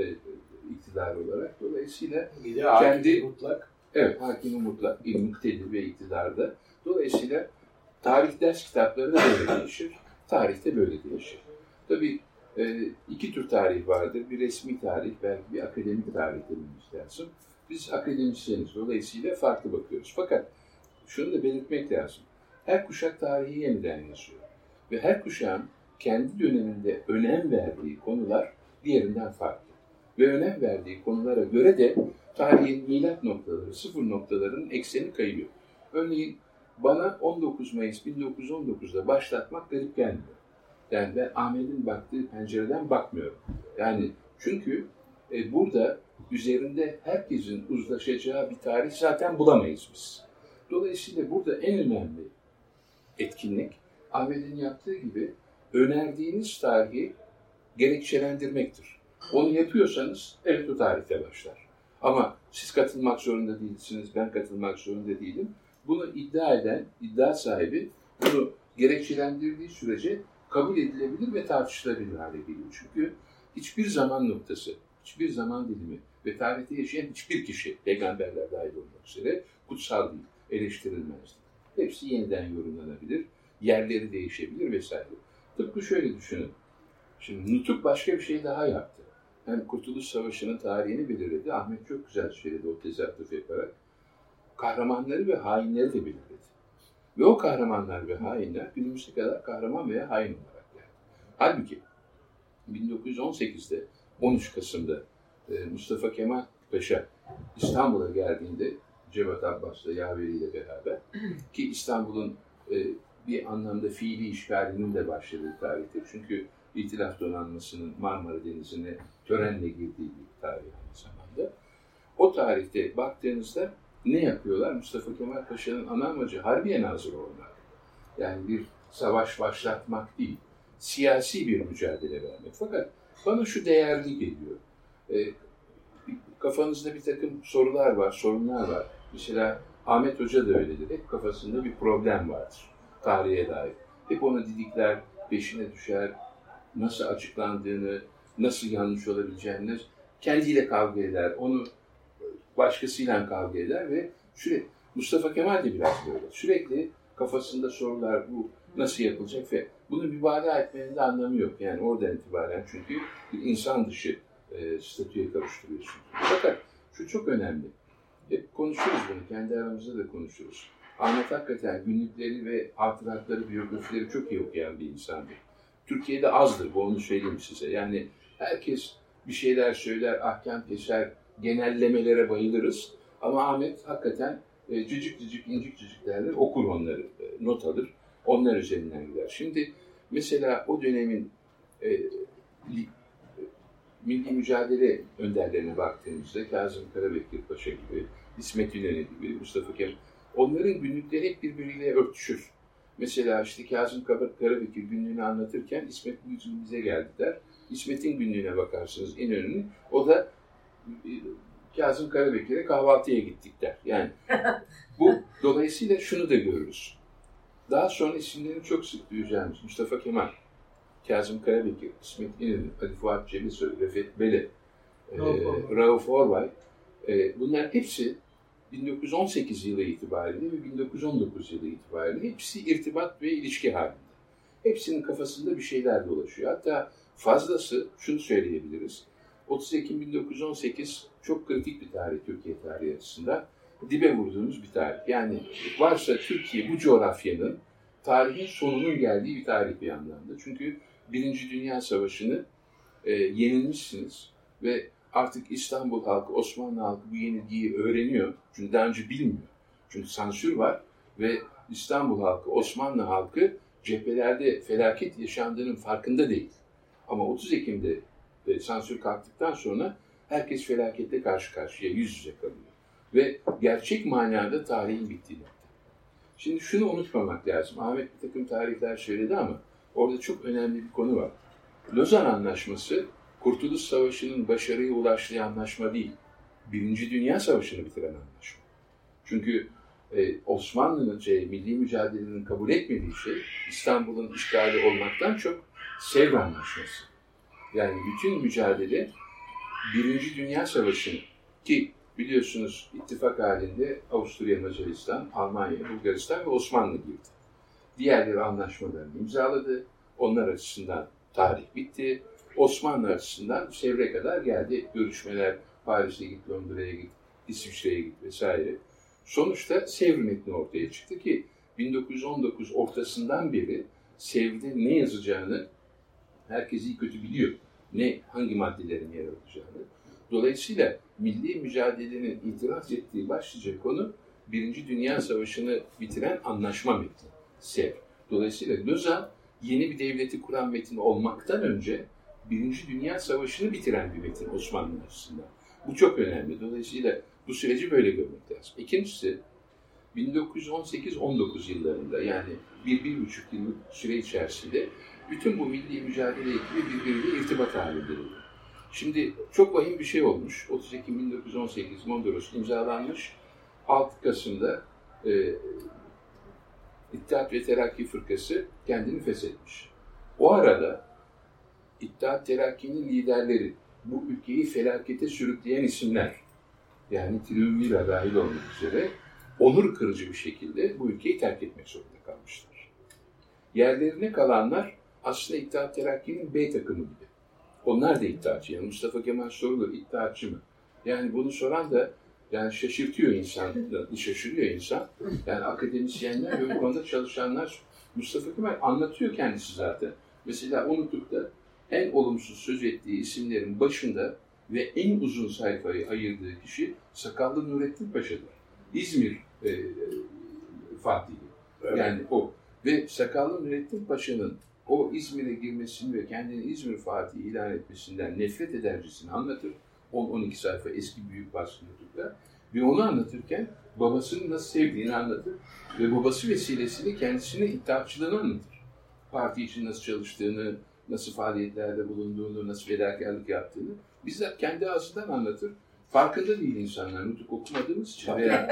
iktidar olarak. Dolayısıyla bir de kendi mutlak. Evet, hakimi mutlak, muktedi ve iktidarda. Dolayısıyla tarih ders kitapları da böyle değişir. Tarih de böyle değişir. Tabii iki tür tarih vardır. Bir resmi tarih, belki bir akademik tarih dememiz lazım. Biz akademisyeniz. Dolayısıyla farklı bakıyoruz. Fakat şunu da belirtmek lazım. Her kuşak tarihi yeniden yazıyor. Ve her kuşağın kendi döneminde önem verdiği konular diğerinden farklı. Ve önem verdiği konulara göre de tarihin milat noktaları, sıfır noktalarının ekseni kayıyor. Örneğin bana 19 Mayıs 1919'da başlatmak garip gelmiyor. Yani ben Ahmet'in baktığı pencereden bakmıyorum. Yani çünkü burada üzerinde herkesin uzlaşacağı bir tarih zaten bulamayız biz. Dolayısıyla burada en önemli etkinlik Ahmet'in yaptığı gibi önerdiğiniz tarihi gerekçelendirmektir. Onu yapıyorsanız evet o tarihte başlar. Ama siz katılmak zorunda değilsiniz, ben katılmak zorunda değilim. Bunu iddia eden, iddia sahibi bunu gerekçelendirdiği sürece kabul edilebilir ve tartışılabilir hale geliyor. Çünkü hiçbir zaman noktası, hiçbir zaman dilimi ve tarihte yaşayan hiçbir kişi, peygamberler dahil olmak üzere kutsal değil, eleştirilmez. Hepsi yeniden yorumlanabilir, yerleri değişebilir vesaire. Tıpkı şöyle düşünün. Şimdi Nutuk başka bir şey daha yaptı. Hem Kurtuluş Savaşı'nın tarihini belirledi. Ahmet çok güzel söyledi o tezi atıf yaparak. Kahramanları ve hainleri de belirledi. Ve o kahramanlar ve hainler günümüze kadar kahraman veya hain olarak geldi. Halbuki 1918'de 13 Kasım'da Mustafa Kemal Paşa İstanbul'a geldiğinde Cevat Abbas'la yaveriyle beraber ki İstanbul'un bir anlamda fiili işgalinin de başladığı tarihtir. Çünkü İtilaf Donanması'nın Marmara Denizi'ne törenle girdiği bir tarih aynı zamanda. O tarihte baktığınızda ne yapıyorlar? Mustafa Kemal Paşa'nın ana amacı Harbiye Nazırı olmak. Yani bir savaş başlatmak değil, siyasi bir mücadele vermek. Fakat bana şu değerli geliyor. Kafanızda bir takım sorular var, sorunlar var. Mesela Ahmet Hoca da öyledir. Hep kafasında bir problem vardır tarihe dair. Hep onu didikler, peşine düşer, nasıl açıklandığını, nasıl yanlış olabileceğini, kendiyle kavga eder, onu başkasıyla kavga eder ve sürekli, Mustafa Kemal de biraz böyle. Sürekli kafasında sorular, bu nasıl yapılacak ve bunu mübalağa etmenin de anlamı yok. Yani oradan itibaren çünkü bir insan dışı statüye kavuşturuyorsun. Fakat şu çok önemli. Hep konuşuruz bunu, kendi aramızda da konuşuruz. Ahmet hakikaten günlükleri ve hatıratları, biyografileri çok iyi okuyan bir insandı. Türkiye'de azdır, bu onu söyleyeyim size. Yani herkes bir şeyler söyler, ahkam keser, genellemelere bayılırız. Ama Ahmet hakikaten cıcık cıcık, incik cıcık derler, okur onları, not alır. Onlar üzerinden gider. Şimdi mesela o dönemin milli mücadele önderlerine baktığımızda Kazım Karabekir Paşa gibi, İsmet İnönü gibi, Mustafa Kemal, onların günlükleri hep birbiriyle örtüşür. Mesela işte Kazım Karabekir günlüğünü anlatırken İsmet bize geldi der. İsmet'in günlüğüne bakarsınız İnönü'nün, o da Kazım Karabekir'e kahvaltıya gittik der. Yani bu dolayısıyla şunu da görürüz. Daha sonra isimlerini çok sık duyacağımız Mustafa Kemal, Kazım Karabekir, İsmet İnönü, Ali Fuat Cebesoy, Refet Bele, Rauf Orbay, bunlar hepsi 1918 yılı itibariyle ve 1919 yılı itibariyle hepsi irtibat ve ilişki halinde. Hepsinin kafasında bir şeyler dolaşıyor. Hatta fazlası şunu söyleyebiliriz. 30 Ekim 1918 çok kritik bir tarih Türkiye tarihi açısından. Dibe vurduğumuz bir tarih. Yani varsa Türkiye bu coğrafyanın tarihin sonunun geldiği bir tarih bir anlamda. Çünkü Birinci Dünya Savaşı'nı yenilmişsiniz ve artık İstanbul halkı, Osmanlı halkı bu yenilgiyi öğreniyor. Çünkü daha önce bilmiyor. Çünkü sansür var ve İstanbul halkı, Osmanlı halkı cephelerde felaket yaşandığının farkında değil. Ama 30 Ekim'de sansür kalktıktan sonra herkes felakette karşı karşıya, yüz yüze kalıyor. Ve gerçek manada tarihin bittiği nokta. Şimdi şunu unutmamak lazım. Ahmet bir takım tarihler söyledi ama orada çok önemli bir konu var. Lozan Anlaşması, Kurtuluş Savaşı'nın başarıya ulaştığı anlaşma değil. Birinci Dünya Savaşı'nı bitiren anlaşma. Çünkü Osmanlı'nın milli mücadelenin kabul etmediği şey İstanbul'un işgali olmaktan çok Sevr Anlaşması. Yani bütün mücadele Birinci Dünya Savaşı'nı, ki biliyorsunuz ittifak halinde Avusturya, Macaristan, Almanya, Bulgaristan ve Osmanlı girdi. Diğerleri anlaşmalarını imzaladı. Onlar açısından tarih bitti. Osmanlı açısından Sevr'e kadar geldi. Görüşmeler Paris'e git, Londra'ya git, İsviçre'ye git vesaire. Sonuçta Sevr metni ortaya çıktı ki 1919 ortasından beri Sevr'de ne yazacağını herkes iyi kötü biliyor. Hangi maddelerin yer alacağını. Dolayısıyla milli mücadelenin itiraz ettiği başlıca konu Birinci Dünya Savaşı'nı bitiren anlaşma metni, Sevr. Dolayısıyla Lozan yeni bir devleti kuran metin olmaktan önce Birinci Dünya Savaşı'nı bitiren bir metin Osmanlı açısından. Bu çok önemli. Dolayısıyla bu süreci böyle görmek lazım. İkincisi, 1918-19 yıllarında, yani 1-1,5 yıllık süre içerisinde bütün bu milli mücadele ekibi birbiriyle irtibat halindeydi. Şimdi çok vahim bir şey olmuş. 30 Ekim 1918 Mondros imzalanmış. 6 Kasım'da İttihat ve Terakki Fırkası kendini feshetmiş. O arada İttihat Terakki'nin liderleri, bu ülkeyi felakete sürükleyen isimler, yani Triumvira dahil olmak üzere onur kırıcı bir şekilde bu ülkeyi terk etmek zorunda kalmışlar. Yerlerine kalanlar aslında İttihat Terakki'nin B takımı gibi. Onlar da İttihatçı. Yani Mustafa Kemal sorulur, İttihatçı mı? Yani bunu soran da yani şaşırtıyor insan. Yani akademisyenler ve bu konuda çalışanlar, Mustafa Kemal anlatıyor kendisi zaten. Mesela unutup da en olumsuz söz ettiği isimlerin başında ve en uzun sayfayı ayırdığı kişi Sakallı Nurettin Paşa'dır. İzmir Fatihi. Evet. Yani o. Ve Sakallı Nurettin Paşa'nın o İzmir'e girmesini ve kendini İzmir Fatihi ilan etmesinden nefret edercesini anlatır. 10-12 sayfa eski büyük baskı YouTube'da. Ve onu anlatırken babasını nasıl sevdiğini anlatır. Ve babası vesilesiyle kendisine İttihatçılığını anlatır. Parti için nasıl çalıştığını, nasıl faaliyetlerde bulunduğunu, nasıl fedakarlık yaptığını bizzat kendi ağzından anlatır. Farkında değil insanlar, nutuk okumadığımız için.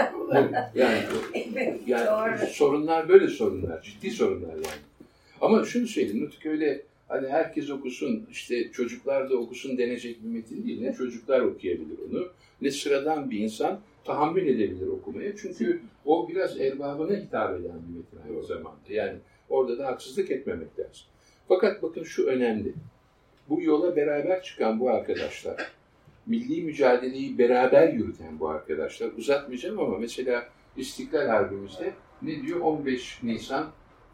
Yani sorunlar böyle sorunlar, ciddi sorunlar yani. Ama şunu söyleyeyim, nutuk öyle hani herkes okusun, işte çocuklar da okusun denecek bir metin değil. Ne çocuklar okuyabilir onu, ne sıradan bir insan tahammül edebilir okumaya. Çünkü o biraz erbabına hitap eden bir metin aynı zamanda. Yani orada da haksızlık etmemek lazım. Fakat bakın şu önemli. Bu yola beraber çıkan bu arkadaşlar, milli mücadeleyi beraber yürüten bu arkadaşlar, uzatmayacağım ama mesela İstiklal Harbimizde ne diyor? 15 Nisan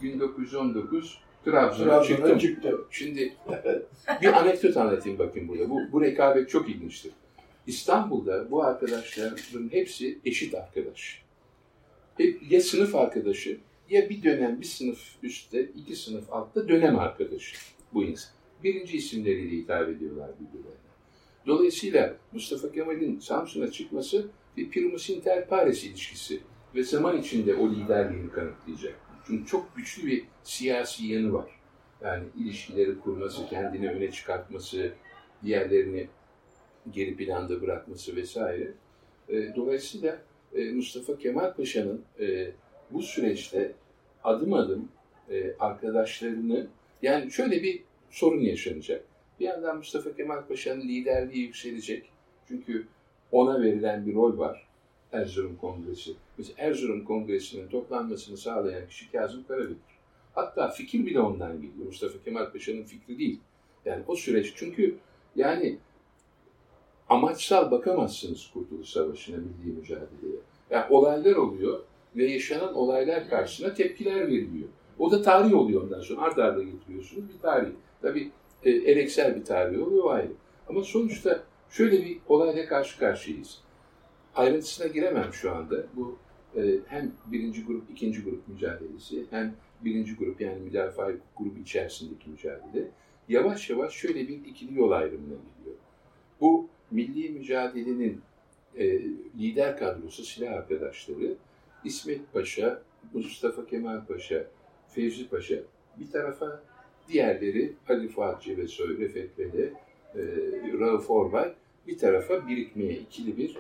1919 Trabzon'a çıktı. Şimdi bir anekdot anlatayım bakayım burada. Bu rekabet çok ilginçtir. İstanbul'da bu arkadaşların hepsi eşit arkadaş. Ya sınıf arkadaşı, ya bir dönem bir sınıf üstte, 2 sınıf altta dönem arkadaşı bu insan. Birinci isimleriyle hitap ediyorlar birbirlerine. Dolayısıyla Mustafa Kemal'in Samsun'a çıkması bir primus inter pares ilişkisi ve zaman içinde o liderliğini kanıtlayacak. Çünkü çok güçlü bir siyasi yanı var. Yani ilişkileri kurması, kendini öne çıkartması, diğerlerini geri planda bırakması vesaire. Dolayısıyla Mustafa Kemal Paşa'nın bu süreçte adım adım arkadaşlarını, yani şöyle bir sorun yaşanacak. Bir yandan Mustafa Kemal Paşa'nın liderliği yükselecek. Çünkü ona verilen bir rol var. Erzurum Kongresi. Mesela Erzurum Kongresi'nin toplanmasını sağlayan kişi Kazım Karabekir. Hatta fikir bile ondan geliyor. Mustafa Kemal Paşa'nın fikri değil. Yani o süreç. Çünkü yani amaçsal bakamazsınız Kurtuluş Savaşı'na, milli mücadeleye. Yani olaylar oluyor ve yaşanan olaylar karşısına tepkiler veriliyor. O da tarih oluyor ondan sonra. Art arda getiriyorsunuz bir tarih. Tabii eleksel bir tarih oluyor, o ayrı. Ama sonuçta şöyle bir olayla karşı karşıyayız. Ayrıntısına giremem şu anda. Bu hem birinci grup, ikinci grup mücadelesi, hem birinci grup yani müdafaa grubu içerisindeki mücadele yavaş yavaş şöyle bir ikili yol ayrımına gidiyor. Bu milli mücadelenin lider kadrosu, silah arkadaşları İsmet Paşa, Mustafa Kemal Paşa, Fevzi Paşa bir tarafa, diğerleri Ali Fuat Cebesoy, Refet Bele, Rauf Orbay bir tarafa birikmeye, ikili bir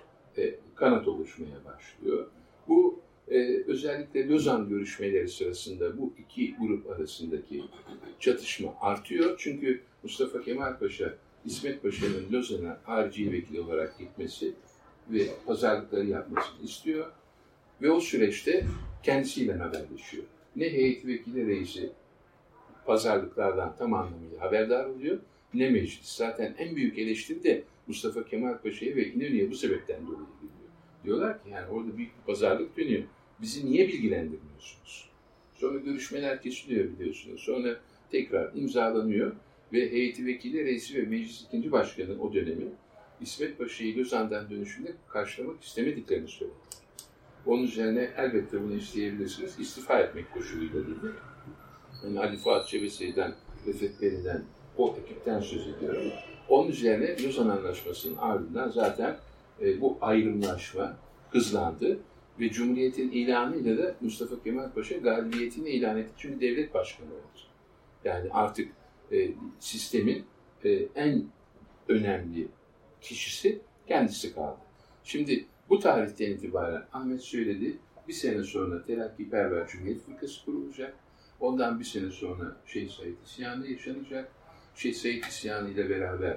kanat oluşmaya başlıyor. Bu özellikle Lozan görüşmeleri sırasında bu iki grup arasındaki çatışma artıyor. Çünkü Mustafa Kemal Paşa, İsmet Paşa'nın Lozan'a harici vekil olarak gitmesi ve pazarlıkları yapmasını istiyor. Ve o süreçte kendisiyle haberleşiyor. Ne heyet vekili reisi pazarlıklardan tam anlamıyla haberdar oluyor, ne meclis. Zaten en büyük eleştiri de Mustafa Kemal Paşa'ya ve İnönü'ye bu sebepten dolayı geliyor. Diyorlar ki yani orada büyük bir pazarlık dönüyor. Bizi niye bilgilendirmiyorsunuz? Sonra görüşmeler kesiliyor biliyorsunuz. Sonra tekrar imzalanıyor ve heyeti vekili reisi ve meclis ikinci başkanı o dönemi İsmet Paşa'yı Lozan'dan dönüşünde karşılamak istemediklerini söyledi. Onun üzerine elbette bunu isteyebilirsiniz. İstifa etmek koşuluyla dedi. Yani Ali Fuat Cebesoy'dan, Refet Bele'den, o ekipten söz ediyorum. Onun üzerine Lozan Anlaşması'nın ardından zaten bu ayrımlaşma hızlandı. Ve Cumhuriyet'in ilanıyla da Mustafa Kemal Paşa galibiyetini ilan etti. Çünkü devlet başkanı oldu. Yani artık sistemin en önemli kişisi kendisi kaldı. Şimdi bu tarihten itibaren Ahmet söyledi, bir sene sonra Terakkiperver Cumhuriyet Fırkası kurulacak. Ondan bir sene sonra Şeyh Said İsyanı yaşanacak. Şeyh Said İsyanı ile beraber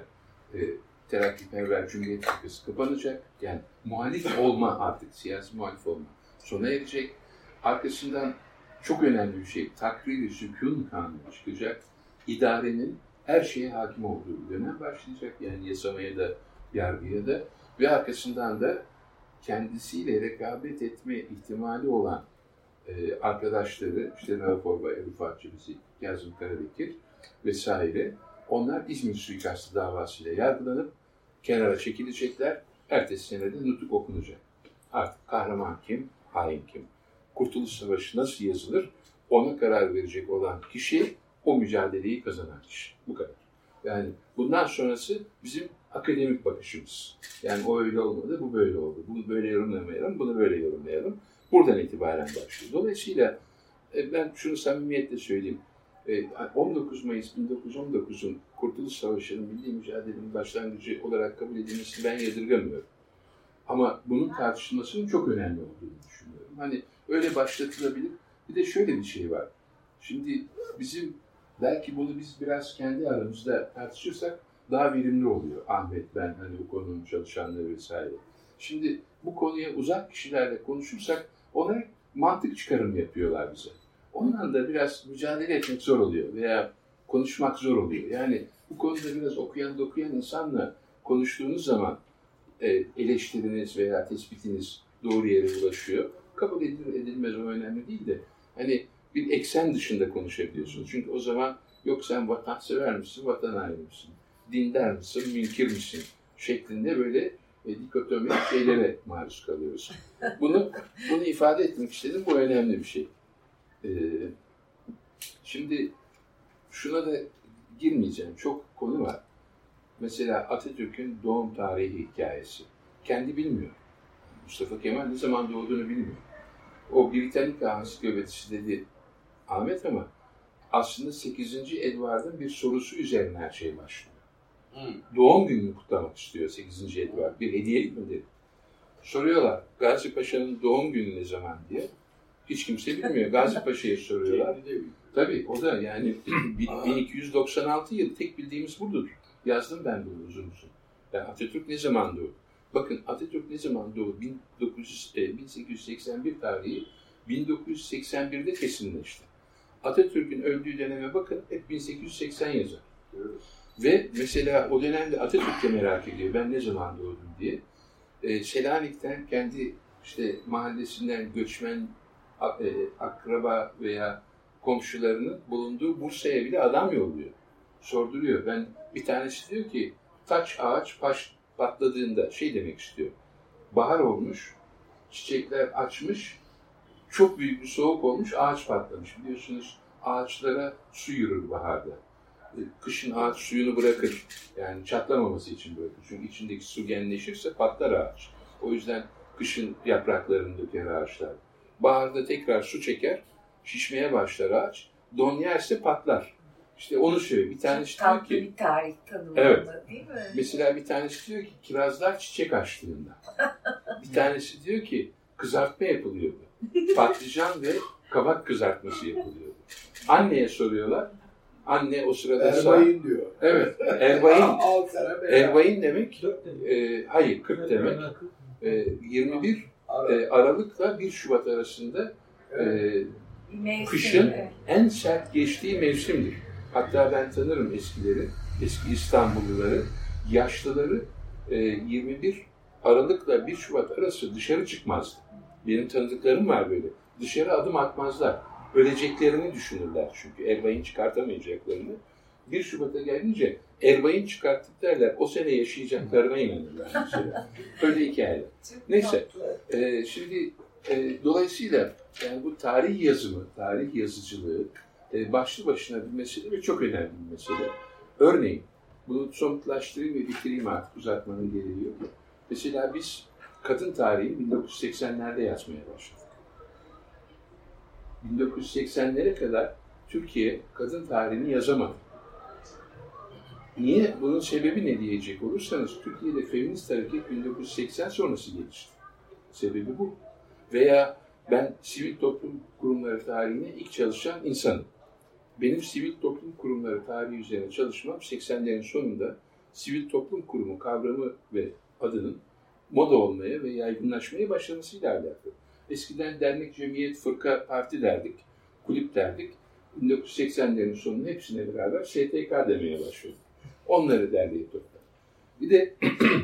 Terakkiperver Cumhuriyet Fırkası kapanacak. Yani muhalif olma artık, siyasi muhalif olma sona erecek. Arkasından çok önemli bir şey, takrir-i sükûn kanunu çıkacak. İdarenin her şeye hakim olduğu bir dönem başlayacak. Yani yasamaya da, yargıya da. Ve arkasından da kendisiyle rekabet etme ihtimali olan arkadaşları, işte Rauf Orbay, Ali Fuat Cebesoy, Kazım Karabekir vesaire, onlar İzmir suikastı davasıyla yargılanıp kenara çekilecekler. Ertesi sene de nutuk okunacak. Artık kahraman kim, hain kim? Kurtuluş Savaşı nasıl yazılır? Ona karar verecek olan kişi, o mücadeleyi kazanan kişi. Bu kadar. Yani bundan sonrası bizim akademik bakışımız. Yani o öyle olmadı, bu böyle oldu. Bunu böyle yorumlamayalım, bunu böyle yorumlayalım. Buradan itibaren başlıyor. Dolayısıyla ben şunu samimiyetle söyleyeyim. 19 Mayıs 1919'un Kurtuluş Savaşı'nın milli mücadelenin başlangıcı olarak kabul edilmesini ben yadırgamıyorum. Ama bunun tartışılmasının çok önemli olduğunu düşünüyorum. Hani öyle başlatılabilir. Bir de şöyle bir şey var. Şimdi bizim belki bunu biz biraz kendi aramızda tartışırsak daha verimli oluyor. Ahmet, ben, hani bu konunun çalışanları vesaire. Şimdi bu konuya uzak kişilerle konuşursak ona mantık çıkarımı yapıyorlar bize. Ondan da biraz mücadele etmek zor oluyor veya konuşmak zor oluyor. Yani bu konuda biraz okuyan insanla konuştuğunuz zaman eleştiriniz veya tespitiniz doğru yere ulaşıyor. Kabul edilir edilmez o önemli değil de hani bir eksen dışında konuşabiliyorsunuz. Çünkü o zaman yok sen vatansever misin, vatan haini misin? Dindar mısın, münkir misin? Şeklinde böyle dikotomik şeylere maruz kalıyoruz. Bunu ifade etmek istedim. Bu önemli bir şey. Şimdi şuna da girmeyeceğim. Çok konu var. Mesela Atatürk'ün doğum tarihi hikayesi. Kendi bilmiyor. Mustafa Kemal ne zaman doğduğunu bilmiyor. O Britannica ansiklopedisi dedi Ahmet ama aslında 8. Edward'ın bir sorusu üzerine her şey başlıyor. Doğum gününü kutlamak istiyor 8. Edward. Bir hediye mi dedi. Soruyorlar Gazi Paşa'nın doğum günü ne zaman diye. Hiç kimse bilmiyor. Gazi Paşa'ya soruyorlar. Tabii o da yani 1296 yıl tek bildiğimiz budur. Yazdım ben bunu uzun uzun. Yani Atatürk ne zaman doğdu? Bakın Atatürk ne zaman doğdu? 1881 tarihi 1981'de kesinleşti. Atatürk'ün öldüğü döneme bakın hep 1880 yazar. Ve mesela o dönemde Atatürk de merak ediyor ben ne zaman doğdum diye. Selanik'ten kendi işte mahallesinden göçmen akraba veya komşularının bulunduğu Bursa'ya bile adam yolluyor. Sorduruyor. Bir tanesi diyor ki taç ağaç patladığında şey demek istiyor. Bahar olmuş, çiçekler açmış, çok büyük bir soğuk olmuş, ağaç patlamış. Biliyorsunuz ağaçlara su yürür baharda. Kışın ağaç suyunu bırakır. Yani çatlamaması için bırakır. Çünkü içindeki su genleşirse patlar ağaç. O yüzden kışın yapraklarını döker ağaçlar. Baharda tekrar su çeker, şişmeye başlar ağaç. Don yerse patlar. İşte onu söylüyor. Bir tanesi diyor ki... bir tarih tanımında, evet, değil mi? Mesela bir tanesi diyor ki kirazlar çiçek açtığında. Bir tanesi diyor ki kızartma yapılıyordu. Patlıcan ve kabak kızartması yapılıyordu. Anneye soruyorlar. Anne o sırada Erbayin diyor. Evet. Erbayin demek. Hayır, 40 demek. 21 Aralık'la 1 Şubat arasında kışın en sert geçtiği mevsimdir. Hatta ben tanırım eskileri, eski İstanbulluları, yaşlıları 21 Aralık'la 1 Şubat arası dışarı çıkmazdı. Benim tanıdıklarım var böyle. Dışarı adım atmazlar. Öleceklerini düşünürler çünkü. Erbayin çıkartamayacaklarını. 1 Şubat'a gelince erbayin çıkarttık derler. O sene yaşayacaklarına inanırlar mesela. Öyle hikayeler. Neyse. Şimdi dolayısıyla yani bu tarih yazımı, tarih yazıcılığı başlı başına bir mesele ve çok önemli bir mesele. Örneğin, bunu somutlaştırayım ve bitireyim artık, uzatmanın gereği yok. Mesela biz kadın tarihi 1980'lerde yazmaya başladık. 1980'lere kadar Türkiye kadın tarihini yazamadı. Niye? Bunun sebebi ne diyecek olursanız, Türkiye'de feminist hareket 1980 sonrası gelişti. Sebebi bu. Veya ben sivil toplum kurumları tarihine ilk çalışan insanım. Benim sivil toplum kurumları tarihi üzerine çalışmam 80'lerin sonunda sivil toplum kurumu kavramı ve adının moda olmaya ve yaygınlaşmaya başlamasıyla alakalı. Eskiden dernek, cemiyet, fırka, parti derdik, kulüp derdik. 1980'lerin sonunda hepsine beraber STK demeye başladık. Onları derleyip topladık. Bir de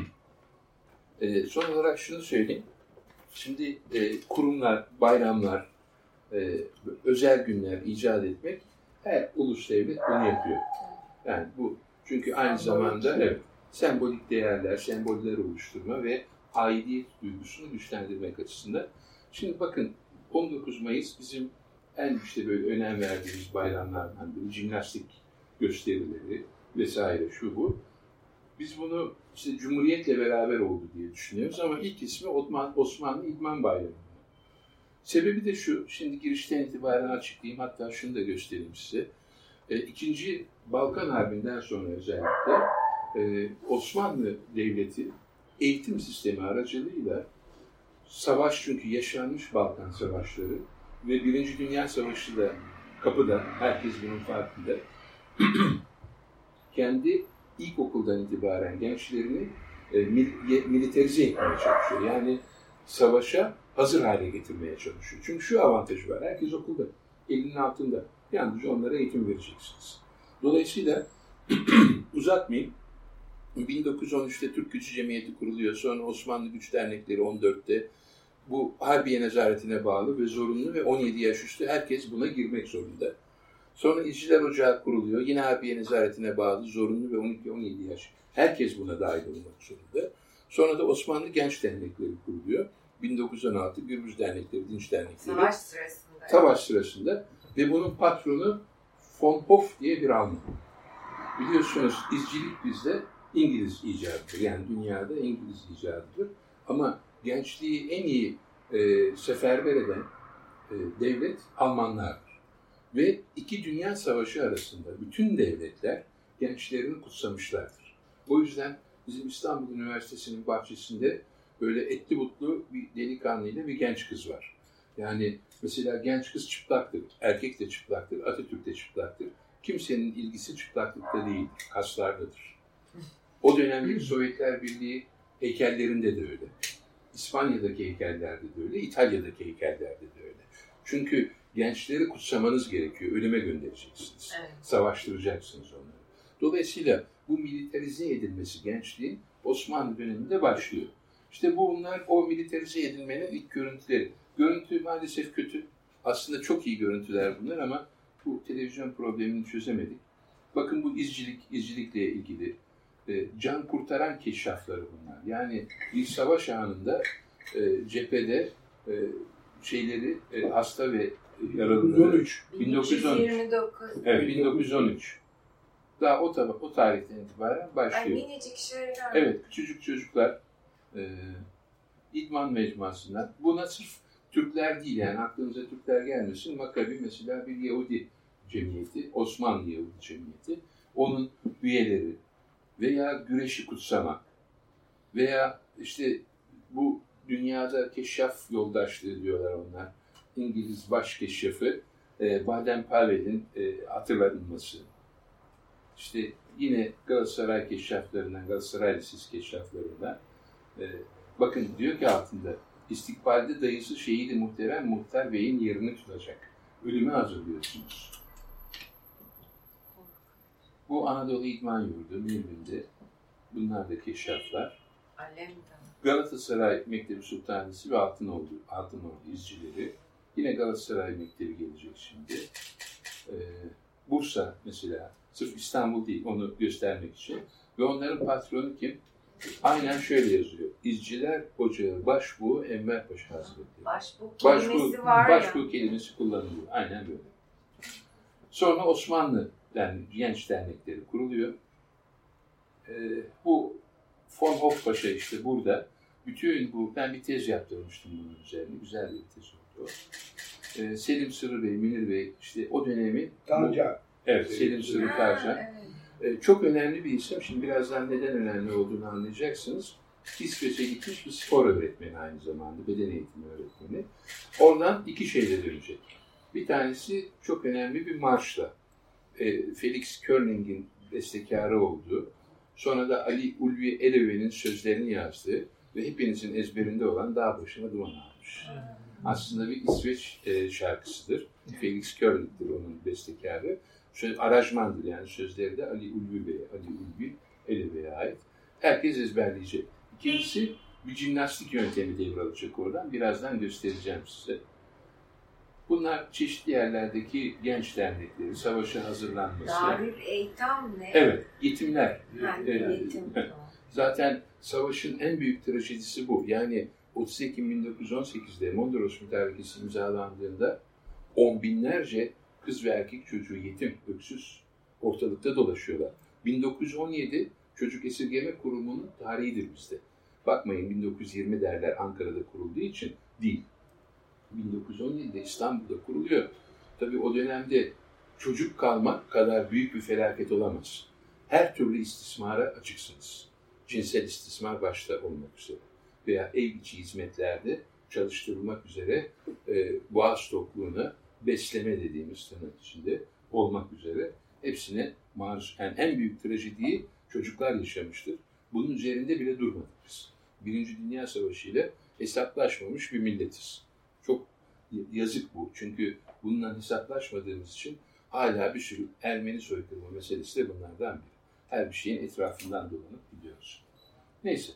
son olarak şunu söyleyeyim. Şimdi kurumlar, bayramlar, özel günler icat etmek, her ulus devlet bunu yapıyor. Yani bu çünkü aynı zamanda sembolik değerler, semboller oluşturma ve aidiyet duygusunu güçlendirmek açısından. Şimdi bakın 19 Mayıs bizim en işte böyle önem verdiğimiz bayramlardan biri, jimnastik gösterileri vesaire şu bu. Biz bunu işte Cumhuriyet'le beraber oldu diye düşünüyoruz ama ilk ismi Osmanlı İdman Bayramı. Sebebi de şu, şimdi girişten itibaren açıklayayım, hatta şunu da göstereyim size. İkinci Balkan Harbi'nden sonra özellikle Osmanlı Devleti eğitim sistemi aracılığıyla savaş, çünkü yaşanmış Balkan Savaşları ve Birinci Dünya Savaşı da kapıda, herkes bunun farkında. Kendi ilkokuldan itibaren gençlerini militarize etmeye çalışıyor. Yani savaşa hazır hale getirmeye çalışıyor. Çünkü şu avantajı var, herkes okulda, elinin altında. Yalnızca onlara eğitim vereceksiniz. Dolayısıyla uzatmayayım. 1913'te Türk Gücü Cemiyeti kuruluyor. Sonra Osmanlı Güç Dernekleri 14'te. Bu Harbiye Nezaretine bağlı ve zorunlu ve 17 yaş üstü herkes buna girmek zorunda. Sonra İzciler Ocağı kuruluyor. Yine Harbiye Nezaretine bağlı, zorunlu ve 12-17 yaş. Herkes buna dahil olmak zorunda. Sonra da Osmanlı Genç Dernekleri kuruluyor. 1916 Gürbüz Dernekleri, Dinç Dernekleri. Savaş sırasında. Ve bunun patronu Von Hoff diye bir Alman. Biliyorsunuz izcilik bizde İngiliz icadıdır. Yani dünyada İngiliz icadıdır. Ama gençliği en iyi seferber eden devlet Almanlardır. Ve iki dünya savaşı arasında bütün devletler gençlerini kutsamışlardır. O yüzden bizim İstanbul Üniversitesi'nin bahçesinde böyle etli butlu bir delikanlıyla bir genç kız var. Yani mesela genç kız çıplaktır, erkek de çıplaktır, Atatürk de çıplaktır. Kimsenin ilgisi çıplaklıkta değil, kaslardadır. O dönemde Sovyetler Birliği heykellerinde de öyle. İspanya'daki heykellerde de öyle, İtalya'daki heykellerde de öyle. Çünkü gençleri kutsamanız gerekiyor, ölüme göndereceksiniz, evet. Savaştıracaksınız onları. Dolayısıyla bu militarize edilmesi gençliğin Osmanlı döneminde başlıyor. İşte bunlar o militarize edilmenin ilk görüntüleri. Görüntü maalesef kötü. Aslında çok iyi görüntüler bunlar ama bu televizyon problemini çözemedik. Bakın bu izcilikle ilgili can kurtaran keşrafları bunlar. Yani bir savaş anında cephede hasta ve yaralıları 1913. Evet, 1913. Daha o tarihten itibaren başlıyor. Ay, minicik şeyler. Evet, küçücük çocuklar idman mecmuasından. Buna sırf Türkler değil, yani aklınıza Türkler gelmesin. Makabi mesela bir Yahudi cemiyeti, Osmanlı Yahudi cemiyeti. Onun üyeleri veya güreşi kutsamak veya işte bu dünyada keşraf yoldaşlığı diyorlar onlar. İngiliz baş keşrafı Baden-Powell'in hatırlanılması. İşte yine Galatasaray keşraflarından, Galatasaray Lisesi keşraflarından bakın diyor ki altında istikbalde dayısı şehidi muhterem Muhtar Bey'in yerini tutacak. Ölüme hazırlıyorsunuz. Bu Anadolu İdman Yurdu, Mirvin'de. Bunlar da keşraflar. Galatasaray Mektebi Sultanisi ve Altınordu izcileri. Yine Galatasaray Mektebi gelecek şimdi. Bursa mesela, sırf İstanbul değil, onu göstermek için. Ve onların patronu kim? Aynen şöyle yazıyor. İzciler Ocağı Başbuğu Enver Paşa Hazretleri. Başbuğ kelimesi var ya. Başbuğ kelimesi kullanılıyor. Aynen böyle. Sonra Osmanlı genç dernekleri kuruluyor. Bu von Hofpaşa işte burada. Bütün bu, ben bir tez yaptırmıştım bunun üzerine. Güzel bir tez oldu. Selim Sırrı Bey, Münir Bey, işte o dönemin... Tarca. Evet, Selim Sırrı Tarca. Evet. Çok önemli bir isim. Şimdi birazdan neden önemli olduğunu anlayacaksınız. İsveç'e gitmiş bir spor öğretmeni aynı zamanda, beden eğitimi öğretmeni. Oradan iki şeyle dönecek. Bir tanesi çok önemli bir marşla. Felix Körning'in bestekarı olduğu, sonra da Ali Ulvi Eleve'nin sözlerini yazdığı ve hepinizin ezberinde olan Dağ Başına Duman almış. Aslında bir İsveç şarkısıdır. Felix Körning'dir onun bestekarı. Aranjmandır yani, sözleri de Ali Ulvi Eleve'ye ait. Herkes ezberleyecek. İkincisi bir jimnastik yöntemi devralacak oradan. Birazdan göstereceğim size. Bunlar çeşitli yerlerdeki genç dernekleri, savaşa hazırlanması. Darül Eytam ne? Evet, yetimler. Yetim. Zaten savaşın en büyük trajedisi bu. Yani 30 Ekim 1918'de Mondros Mütarekesi imzalandığında on binlerce kız ve erkek çocuğu yetim, öksüz ortalıkta dolaşıyorlar. 1917 Çocuk Esirgeme Kurumu'nun tarihidir bizde. Bakmayın 1920 derler Ankara'da kurulduğu için değil. 1917'de İstanbul'da kuruluyor. Tabii o dönemde çocuk kalmak kadar büyük bir felaket olamaz. Her türlü istismara açıksınız. Cinsel istismar başta olmak üzere. Veya ev içi hizmetlerde çalıştırılmak üzere boğaz tokluğuna besleme dediğimiz tırnak içinde olmak üzere hepsine maruz. Yani en büyük trajediyi çocuklar yaşamıştır. Bunun üzerinde bile durmadık biz. Birinci Dünya Savaşı ile hesaplaşmamış bir milletiz. Çok yazık bu. Çünkü bununla hesaplaşmadığımız için hala bir sürü Ermeni soykırımı meselesi de bunlardan biri. Her bir şeyin etrafından dolanıp gidiyoruz. Neyse.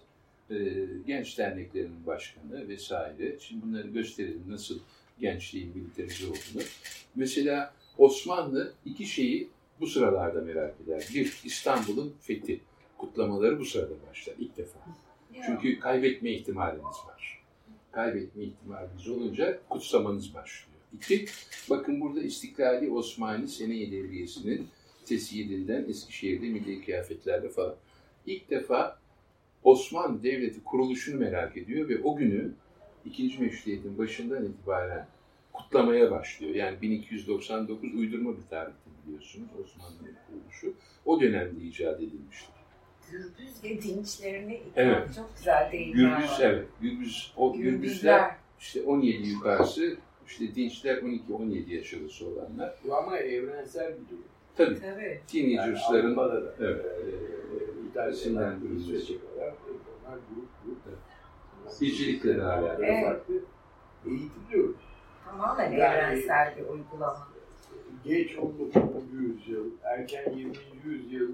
Genç derneklerinin başkanı vesaire. Şimdi bunları gösterelim nasıl gençliğin militarize olduğunu. Mesela Osmanlı iki şeyi bu sıralarda merak eder. Bir, İstanbul'un fethi. Kutlamaları bu sırada başlar ilk defa. Çünkü kaybetme ihtimaliniz var. Kaybetme ihtimaliniz olunca kutsamanız başlıyor. İki, bakın burada İstiklali Osmani Sene-i Devriyesi'nin tesyidinden Eskişehir'de milli kıyafetlerle falan. İlk defa Osmanlı Devleti kuruluşunu merak ediyor ve o günü 2. Meşrutiyet'in başından itibaren kutlamaya başlıyor. Yani 1299 uydurma bir tarihti biliyorsunuz Osmanlı'nın kuruluşu. O dönemde icat edilmiştir. Gürbüz ve dinçlerini evet. Çok güzel deyimler Gürbüz, var. evet. Gürbüzler işte 17 yukarısı, işte dinçler 12-17 yaş arası olanlar. Bu ama evrensel bir durum. Tabii. Teenagers'ların Avrupa'da da. Evet. İtalya'dan İsveç'e kadar onlar grup. İzcilikle de hala. Farklı eğitiliyoruz. Tamamen evrensel bir uygulama. Geç 19. yüzyıl, erken 20. yüzyıl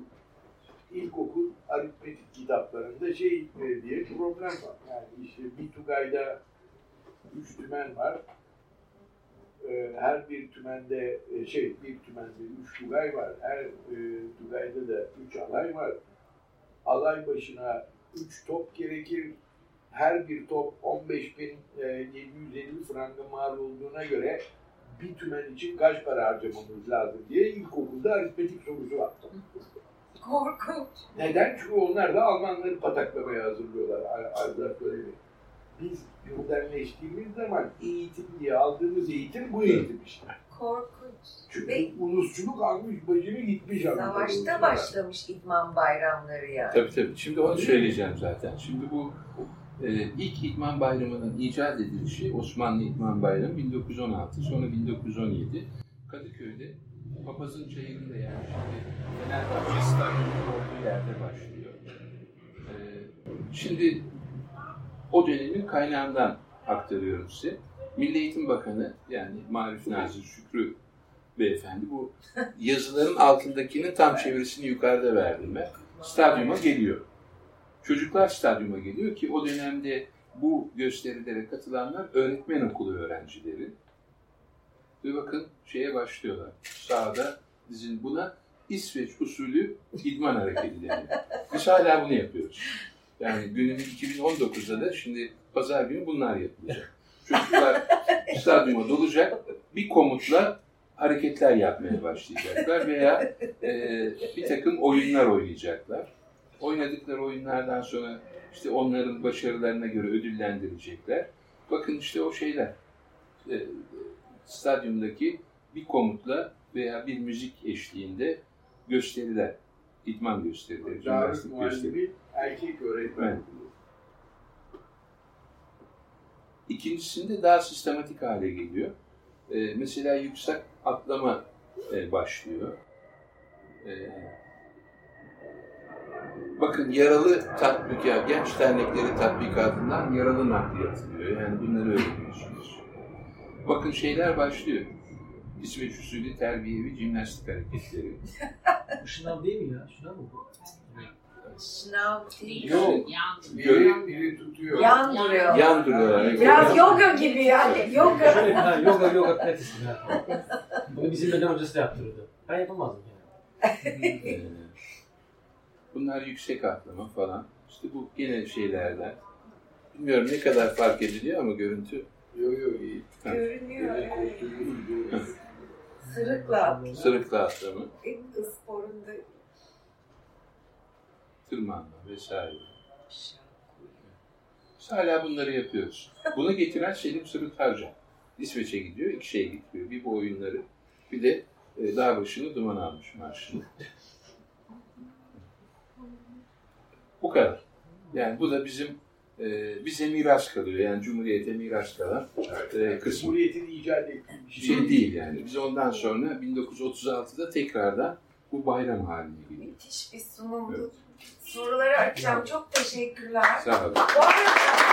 ilkokul aritmetik kitaplarında diye bir problem var. Yani işte bir Tugay'da 3 tümen var. Her bir tümende bir tümende 3 Tugay var. Her Tugay'da da 3 alay var. Alay başına 3 top gerekir. Her bir top 15.750 franga mal olduğuna göre bir tümen için kaç para harcamamız lazım diye ilkokulda aritmetik sorusu var. Korkunç. Neden? Çünkü onlar da Almanları pataklamaya hazırlıyorlar. Biz modernleştik. yerleştiğimiz zaman eğitim diye aldığımız eğitim bu eğitim işte. Korkunç. Çünkü ulusçuluk almış başını gitmiş. Savaşta başlamış idman bayramları yani. Tabii. Şimdi onu söyleyeceğim zaten. Şimdi bu ilk İdman Bayramı'nın icat edilişi Osmanlı İdman Bayramı 1916, sonra 1917 Kadıköy'de Papazın Çayırı'nda yani şimdi Fenerbahçe Stadyumu'nun olduğu yerde başlıyor. Şimdi o dönemin kaynağından aktarıyorum size. Milli Eğitim Bakanı yani Marif Nazır Şükrü Beyefendi bu yazıların altındakinin tam çevirisini yukarıda verdim ben. Stadyuma geliyor. Çocuklar stadyuma geliyor ki o dönemde bu gösterilere katılanlar öğretmen okulu öğrencileri. Ve bakın şeye başlıyorlar. Sahada dizin buna İsveç usulü idman hareketi deniyor. Biz hala bunu yapıyoruz. Yani günümüz 2019'da da şimdi pazar günü bunlar yapılacak. Çocuklar stadyuma dolacak, bir komutla hareketler yapmaya başlayacaklar veya bir takım oyunlar oynayacaklar. Oynadıkları oyunlardan sonra işte onların başarılarına göre ödüllendirilecekler. Bakın işte o şeyler, stadyumdaki bir komutla veya bir müzik eşliğinde gösteriler, idman gösterileri, jimnastik gösterileri. Erkek öğretmen. Evet. İkincisinde daha sistematik hale geliyor. Mesela yüksek atlama başlıyor. Bakın yaralı tatbikat, genç dernekleri tatbikatından yaralı nakliyat diyor. Yani bunları öğreniyorsunuz. Bakın şeyler başlıyor. İsveç usulü terbiyevi jimnastik hareketleri. Bu şınav değil mi ya? Şınav mı bu? Şınav değil. Yok. Biri tutuyor. Yan duruyor. Yan duruyorlar. Biraz yoga gibi yani. Yoga. Şöyle yoga pilates gibi. Bunu bizim beden hocası da yaptırdı. Ben yapamazdım yani. Bunlar yüksek atlama falan. İşte bu gene şeylerden. Bilmiyorum ne kadar fark ediliyor ama görüntü. Yok iyi. Görünüyor. Sırıkla atlama. Sırıkla atlama. Sporunda Tırmanma vesaire. Biz hala bunları yapıyoruz. Bunu getiren Selim Sırık Harca. İsveç'e gidiyor, iki şeye getiriyor. Bir bu oyunları, bir de dağ başını duman almış marşını. Bu kadar. Yani bu da bize miras kalıyor. Yani Cumhuriyet'e miras kalan kısmı. Cumhuriyet'in icat ettiği bir Şey değil yani. Biz ondan sonra 1936'da tekrardan bu bayram haline geliyor. müthiş bir sunumdu. Evet. Soruları açacağım. Çok teşekkürler. Sağ olun. Bu arada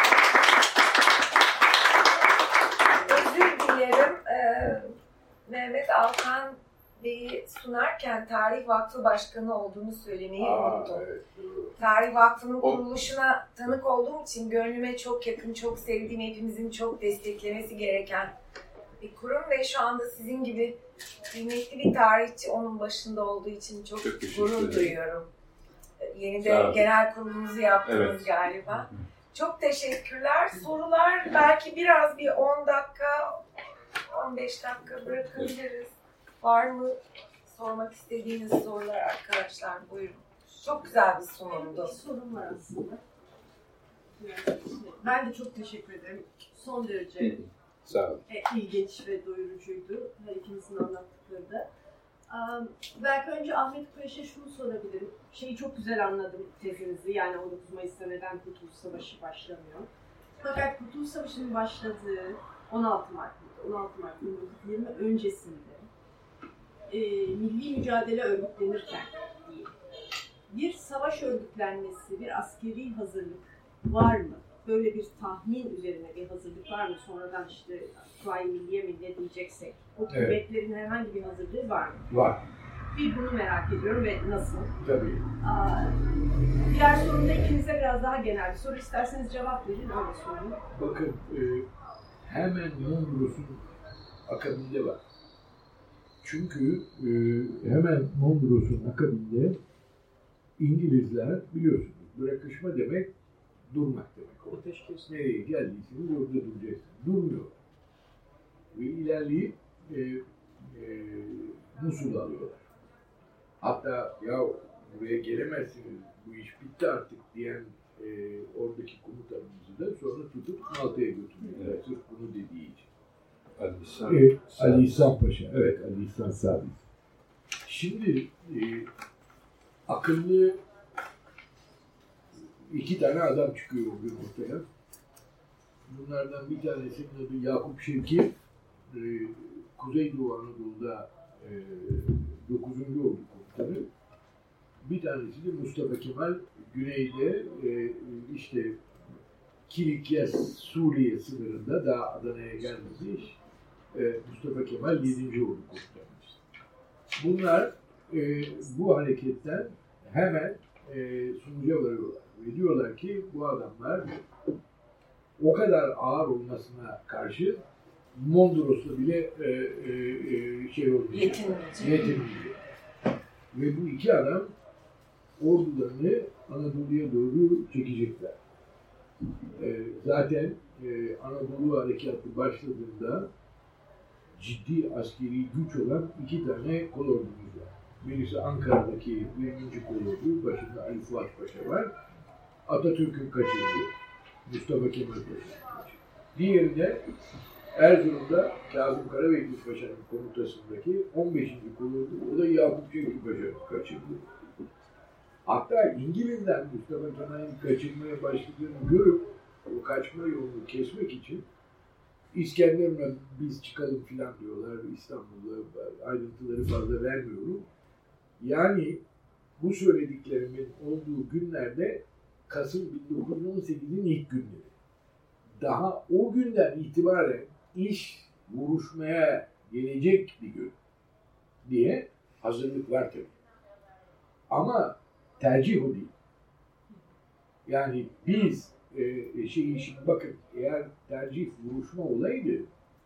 özür dilerim. Mehmet Alkan Bey'i sunarken Tarih Vakfı Başkanı olduğunu söylemeyi unuttum. Evet. Tarih Vakfı'nın kuruluşuna tanık olduğum için gönlüme çok yakın, çok sevdiğim, hepimizin çok desteklemesi gereken bir kurum ve şu anda sizin gibi kıymetli bir tarihçi onun başında olduğu için çok gurur duyuyorum. Yeni de genel kurulumuzu yaptınız galiba. Çok teşekkürler. Sorular belki biraz bir 10 dakika, 15 dakika bırakabiliriz. Var mı sormak istediğiniz sorular arkadaşlar? Buyurun. Çok güzel bir sunumdu. Bir sorum var aslında. Ben de çok teşekkür ederim. Son derece Sağ olun. ilginç ve doyurucuydu. Her ikinizin anlattıkları da. Belki önce Ahmet Kureş'e şunu sorabilirim. Şeyi çok güzel anladım tezinizi. Yani 19 Mayıs'ta neden Kurtuluş Savaşı başlamıyor. Fakat Kurtuluş Savaşı'nın başladığı 16 Mart 1920 öncesinde milli mücadele örgütlenirken bir savaş örgütlenmesi, bir askeri hazırlık var mı? Böyle bir tahmin üzerine bir hazırlık var mı? Sonradan işte Kuvayi Milliye mi ne diyeceksek, o kuvvetlerin herhangi bir hazırlığı var mı? Var. Bir bunu merak ediyorum ve nasıl? Tabii. Diğer sorumda ikinize biraz daha genel bir soru. İsterseniz cevap verin, öyle sorayım. Bakın, hemen Mondros'un akabinde var. Çünkü hemen Mondros'un akabinde İngilizler biliyorsunuz bırakışma demek durmak demek. Ateşkes. Nereye geldiyseniz orada duracaksınız. Durmuyor. Ve ilerleyip Musul'u alıyorlar. Hatta ya buraya gelemezsiniz, bu iş bitti artık diyen oradaki komutanımızı da sonra tutup Malta'ya götürüyorlar. Evet. Sırf bunu dediği için. Ali Ali İhsan Paşa. Evet, Ali İhsan Sabit. Şimdi akıllı iki tane adam çıkıyor o gün ortaya. Bunlardan bir tanesinin adı Yakup Şevki. Kuzeydoğu Anadolu'da 9. Ordu Komutanı. Bir tanesi de Mustafa Kemal, güneyde işte Kilikya Suriye sınırında, daha Adana'ya gelmemiş, Mustafa Kemal 7. Ordu Komutanı. Bunlar bu hareketten hemen sonuca varıyorlar. Ve diyorlar ki bu adamlar o kadar ağır olmasına karşı Mondros'la bile yetinmeyecek. Ve bu iki adam ordularını Anadolu'ya doğru çekecekler. Zaten Anadolu Harekatı başladığında ciddi askeri güç olan iki tane kolordumuz var. Birisi Ankara'daki 20. kolordu, başında Ali Fuat Paşa var. Atatürk'ün kaçırdığı Mustafa Kemal Paşa. Diğeri de Erzurum'da Kazım Karabekir Paşa'nın komutasındaki 15. kolordu, o da Yakup Şevki Paşa kaçırdı. Hatta İngilizler Mustafa Kemal'in kaçırmaya başladığını görüp o kaçma yolunu kesmek için İskenderun'a biz çıkalım filan diyorlar. İstanbul'da ayrıntıları fazla vermiyorum. Yani bu söylediklerimin olduğu günlerde Kasım 1918'in ilk günleri. Daha o günden itibaren iş vuruşmaya gelecek bir gün diye hazırlık var tabii. Ama tercih o değil. Yani biz şimdi bakın, eğer tercih vuruşma olaydı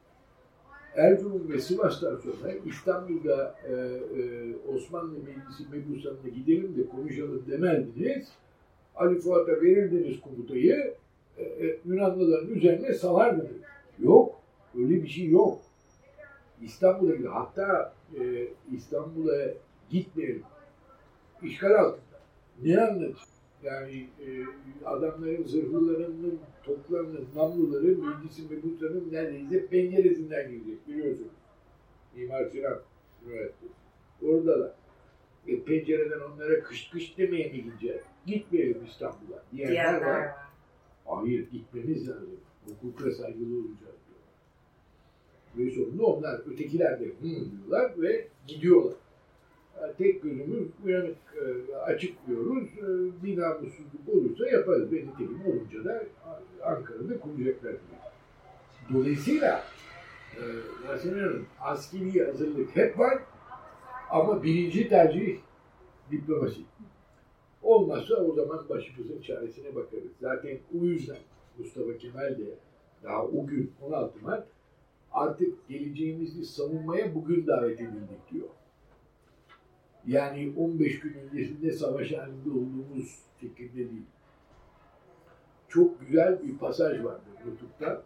Erzurum ve Sivas'tan sonra İstanbul'da Osmanlı Meclisi Mebusan'ına gidelim de konuşalım demezdiniz. Ali Fuat'a verirdiniz komutayı, Yunanlıların üzerine salardınız. Yok, öyle bir şey yok. İstanbul'a gidelim. Hatta İstanbul'a gitmeyelim. İşgal altında. Ne anlatıyor? Yani adamların zırhlılarının, toplarının, namluları Meclis-i Mebusa'nın neredeyse penceresinden girecek, biliyorsunuz. Mimar Sinan Üniversitesi. Orada da pencereden onlara kış kış demeye mi gideceğiz? Gitmeyelim İstanbul'a diyenler var. Hayır, gitmemiz lazım. Hukuka saygılı olacağız diyorlar. Ve sonunda onlar, ötekiler de diyorlar ve gidiyorlar. Tek gözümüz uyanık, açık diyoruz. Bir namussuzluk olursa yaparız. Ve nitekim olunca da Ankara'da kuracaklar. Dolayısıyla Yasemin Hanım, askeri hazırlık hep var ama birinci tercih diplomasi. Olmazsa o zaman başımızın çaresine bakarız. Zaten o yüzden Mustafa Kemal de daha o gün 16 Mart artık geleceğimizi savunmaya bugün davet edildik diyor. Yani 15 gün öncesinde savaş halinde olduğumuz fikrinde değil. Çok güzel bir pasaj vardır Nutuk'ta.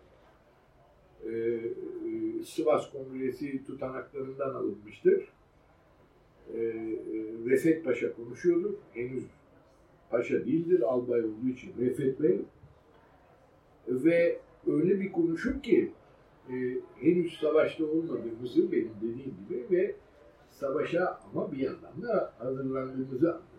Sivas Kongresi tutanaklarından alınmıştır. Refet Paşa konuşuyordur. Henüz paşa değildir, albay olduğu için Refet Bey. Ve öyle bir konuşur ki henüz savaşta olmadığımızı benim dediğim gibi ve savaşa ama bir yandan da hazırlandığımızı anlatır.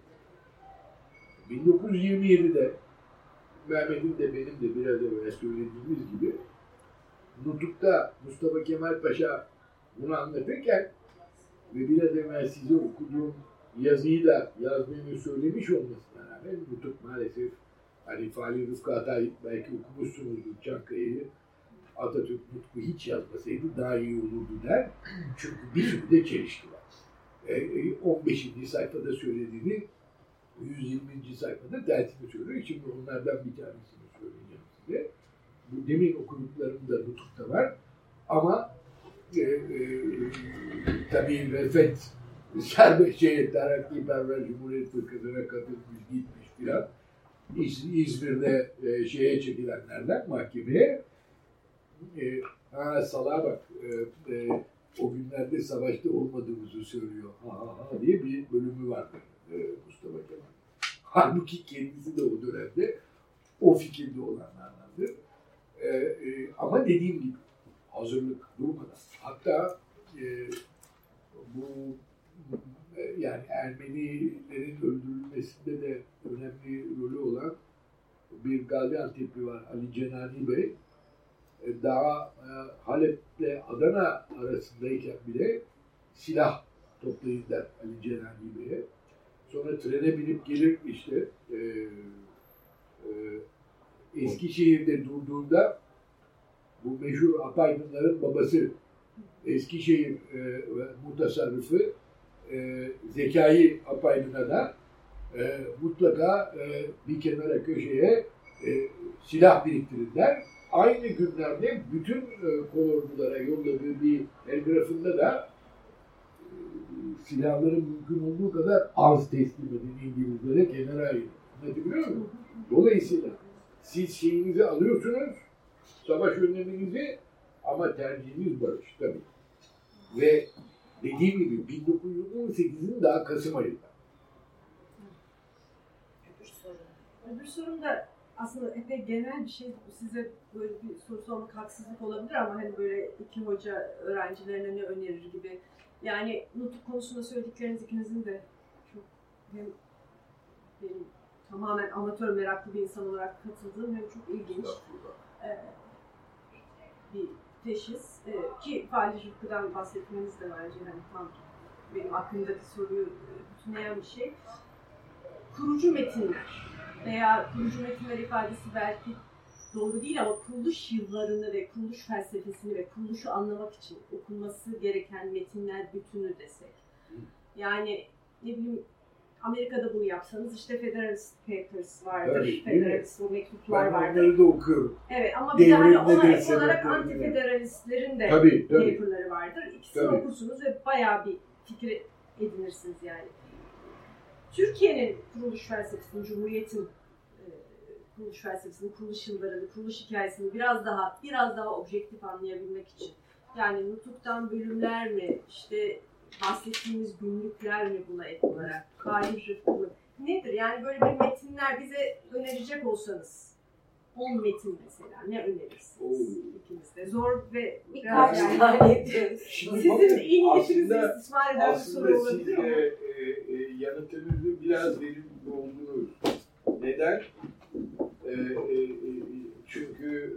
1927'de Mehmet'in de benim de biraz evvel söylediğimiz gibi Nutuk'ta Mustafa Kemal Paşa bunu anlatırken ve biraz evvel size okuduğum yazıyı da yazdığını söylemiş olmasına rağmen Nutuk maalesef hani Fahri Rıfkı Atay belki okumuşsunuzdur Çankaya'yı, Atatürk Nutku hiç yazmasaydı daha iyi olurdu der. Çünkü bir sürü de çelişki var. 15. sayfada söylediğini 120. sayfada tersini söylüyor. Şimdi onlardan bir tanesini söyleyeceğim size. Bu demin okuduklarım da Nutuk'ta var. Ama tabii Refet serbest Terakkiperver Cumhuriyet Fırkası'na katılmış gitmiş filan. İzmir'de şeye çekilenlerden mahkemeye salağa bak o günlerde savaşta olmadığımızı söylüyor diye bir bölümü vardır Mustafa Kemal. Halbuki kendisi de o dönemde o fikirde olanlardandır. Ama dediğim gibi hazırlık durmadan. Hatta bu yani Ermenilerin öldürülmesinde de önemli rolü olan bir Gaziantep'li var, Ali Cenani Bey. Daha Halep'le Adana arasındayken bile silah toplayın der Ali Cenani Bey'e. Sonra trene binip gelir işte Eskişehir'de durduğunda bu meşhur Apaydınların babası Eskişehir mutasarrıfı Zekai Apaydın'a da mutlaka bir kenara köşeye silah biriktirin der. Aynı günlerde bütün kolordulara yolladığı bir telgrafında da silahları mümkün olduğu kadar az teslim edin İngilizlere, kenara ayırın. Anlatabiliyor muyum? Dolayısıyla siz şeyinizi alıyorsunuz, savaş önleminizi, ama tercihiniz barış tabii. Ve dediğim gibi 1918'in daha Kasım ayında. Öbür sorum da aslında epey genel bir şey. Size böyle bir soru sormak haksızlık olabilir ama hani böyle iki hoca öğrencilerine ne önerir gibi. Yani nutuk konusunda söyledikleriniz ikinizin de çok hem benim tamamen amatör meraklı bir insan olarak katıldığım hem çok ilginç bir teşhis. Ki Fahri Rıfkı'dan bahsetmeniz de bence hani tam benim aklımdaki soruyu bütünleyen bir şey. Kurucu metinler veya kurucu metinler ifadesi belki doğru değil ama kuruluş yıllarını ve kuruluş felsefesini ve kuruluşu anlamak için okunması gereken metinler bütünü desek. Yani ne bileyim Amerika'da bunu yapsanız işte Federalist Papers vardır, evet, Federalist o mektuplar vardır. Ben onları da okuyorum. Evet ama bir de hani ona ek olarak anti-federalistlerin de paperları vardır. İkisini okursunuz ve bayağı bir fikir edinirsiniz yani. Türkiye'nin kuruluş felsefesinin, Cumhuriyet'in kuruluş felsefesinin, kuruluş yıllarını, kuruluş hikayesini biraz daha objektif anlayabilmek için. Yani nutuktan bölümler mi, işte bahsettiğimiz günlükler mi buna ek olarak, Fahri Rıfkı mı? Nedir? Yani böyle bir metinler bize önerecek olsanız, 10 metin mesela ne önerirsiniz ikiniz de? Zor ve birkaç tane diyoruz. Sizin iyi niyetinizi istismar eden bir soru olabilir ama. Yanıtınızı biraz verimli buldunuz. Neden? Çünkü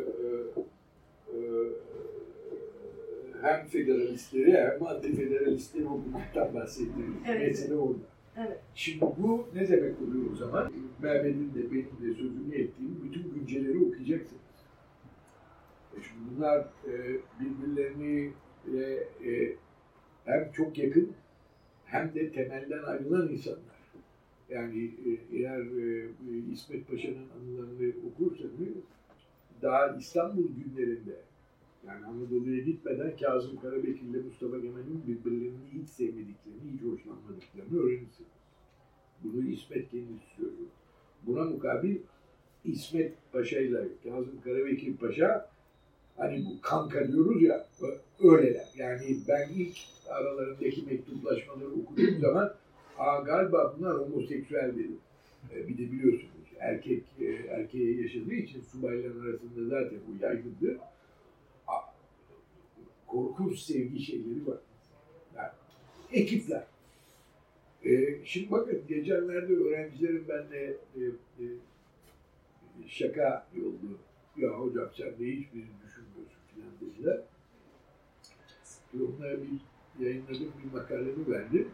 hem federalistleri hem antifederalistleri okumaktan bahsettiniz. Evet. Mesele orada. Evet. Şimdi bu ne demek oluyor o zaman? Mehmet'in de benim de sözünü ettiğim bütün günceleri okuyacaksınız. Şimdi bunlar birbirlerini hem çok yakın hem de temelden ayrılan insanlar. Yani eğer İsmet Paşa'nın anılarını okursanız daha İstanbul günlerinde, yani Anadolu'ya gitmeden Kazım Karabekir ile Mustafa Kemal'in birbirlerini hiç sevmediklerini, hiç hoşlanmadıklarını öğrenirsiniz. Bunu İsmet kendisi söylüyor. Buna mukabil İsmet Paşa ile Kazım Karabekir Paşa, hani bu kanka diyoruz ya, öyleler. Yani ben ilk aralarındaki mektuplaşmaları okuduğum zaman galiba bunlar homoseksüel dedim. Bir de biliyorsunuz erkek erkeğe yaşadığı için subayların arasında zaten bu yaygındır. Korkunç sevgi şeyleri var. Yani ekipler. Şimdi bakın geçenlerde öğrencilerim benimle şaka yolluyor. Ya hocam sen de hiç bizi düşünmüyorsun filan dediler. Onlara bir yayınladığım bir makalemi verdim.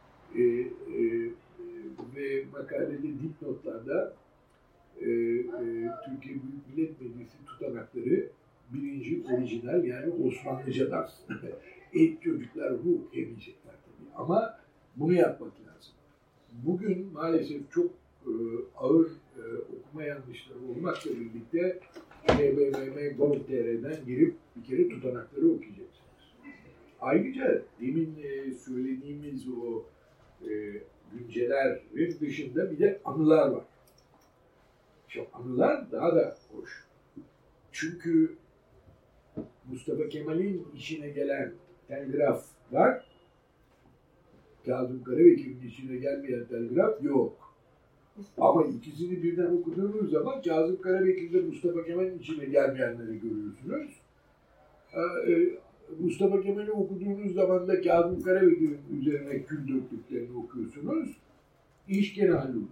Ve makalede dipnotlarda Türkiye Büyük Millet Meclisi tutanakları birinci orijinal, yani Osmanlıcadan. Çocuklar ruh emecekler tabii. Ama bunu yapmak lazım. Bugün maalesef çok ağır okuma yanlışları olmakla birlikte tbmm.gov.tr'den girip bir kere tutanakları okuyacaksınız. Ayrıca demin söylediğimiz o güncelerin dışında bir de anılar var. Şu anılar daha da hoş. Çünkü Mustafa Kemal'in işine gelen telgraf var. Kazım Karabekir'in işine gelmeyen telgraf yok. Ama ikisini birden okuduğunuz zaman Kazım Karabekir'de Mustafa Kemal'in içine gelmeyenleri görüyorsunuz. Mustafa Kemal'i okuduğunuz zaman da Kazım Karabekir'in üzerine kül döktüklerini okuyorsunuz. İş gene halloluyor.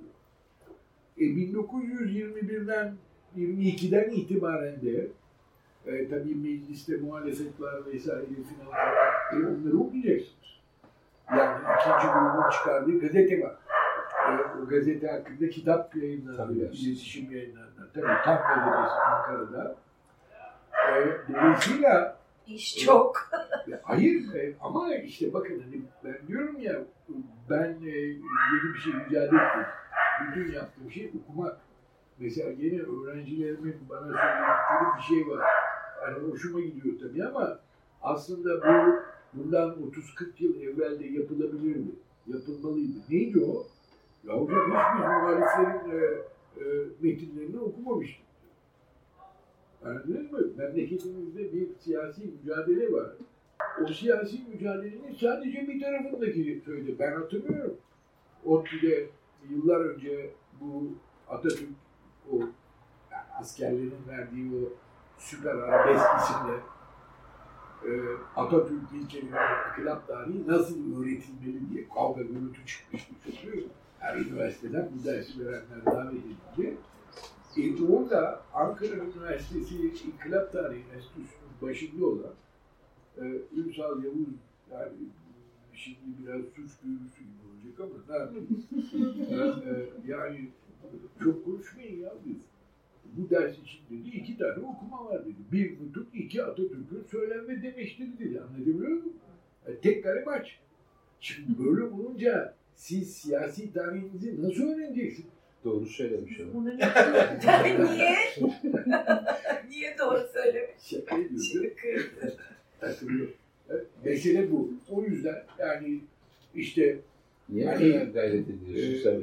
1921'den 22'den itibaren de tabii mecliste muhalefet var vesaire filan onları okuyacaksınız. Yani ikinci grubun çıkardığı gazete var. O gazete hakkında kitap yayınlanıyor, iletişim yayınlanıyor. Tabii tam gazetesi Ankara'da. Dolayısıyla İş çok. Hayır ama işte bakın hani ben diyorum ya ben yeni bir şey icat ettim. Bütün yaptığım şey okumak. Mesela yine öğrencilerimin bana söyledikleri bir şey var. Yani hoşuma gidiyor tabii ama aslında bundan 30-40 yıl evvel de yapılabilirdi. Yapılmalıydı. Neydi o? Ya hocam hiçbir muhaliflerin metinlerini okumamıştık. Anladınız mı? Memleketimizde bir siyasi mücadele var. O siyasi mücadelenin sadece bir tarafındaki söyledi. Ben hatırlıyorum. ODTÜ'de yıllar önce bu Atatürk o yani askerlerin verdiği o süper arabesk isimle Atatürk ilkeleri inkılap tarihi nasıl öğretilmeli diye kavga gürültü çıkmıştı. Çünkü her üniversiteden bu dersi verenler davet edildi. Orada Ankara Üniversitesi İnkılap Tarihi Enstitüsü'nün başında olan Ünsal Yavuz, yani şimdi biraz suç duyurusu gibi olacak ama ne yapayım? Yani çok konuşmayın ya biz. Bu ders için dedi 2 tane okuma var dedi. 1 Nutuk, 2 Atatürk'ün söylenme demeçleri dedi. Anlatabiliyor muyum? Tek kare maç. Şimdi böyle olunca siz siyasi tarihinizi nasıl öğreneceksiniz? Doğru söylemiş ama. Niye? Niye doğru söylemiş? Şaka ediyorsun. Takılıyor. Mesele bu. O yüzden yani işte niye hani, gayret ediyorsun sen?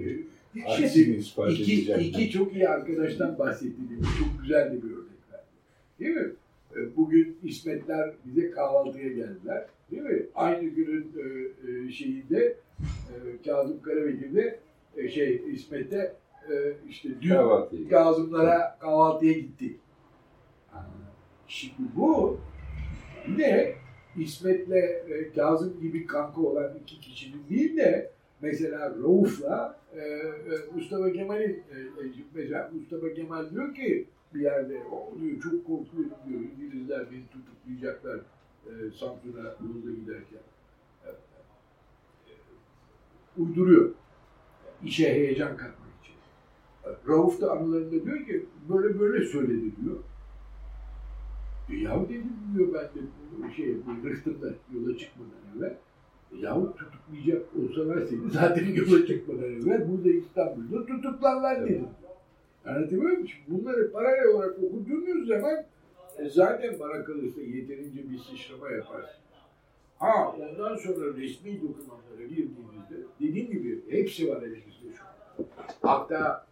İki çok iyi arkadaştan bahsettiğim çok güzel de bir örnek verdi. Değil mi? Bugün İsmetler bize kahvaltıya geldiler. Değil mi? Aynı günün şeyinde Kazım Karabekir'de İsmet'te işte dün Kazımlara kahvaltıya gittik. Şimdi bu bir de İsmet'le Kazım gibi kanka olan 2 kişinin değil de mesela Rauf'la Mustafa Kemal'in mesela Mustafa Kemal diyor ki bir yerde diyor, çok korkuyorum diyor. İngilizler beni tutuklayacaklar Samsun'a yolda giderken. Uyduruyor. İşe heyecan katmak için. Rauf da anılarında diyor ki böyle söyledi diyor. Yahu dedim diyor ben de rıhtımda yola çıkmadan evvel. Yahu tutuklayacak olsalar seni zaten yola çıkmadan evvel burada İstanbul'da tutuklarlar dedim. Anlatabiliyor muyum? Bunları paralel olarak okuduğunuz zaman zaten bana kalırsa yeterince bir sıçrama yaparsın. Ondan sonra resmi dokümanlara girdiğimizde dediğim gibi hepsi var elimizde şu an. Hatta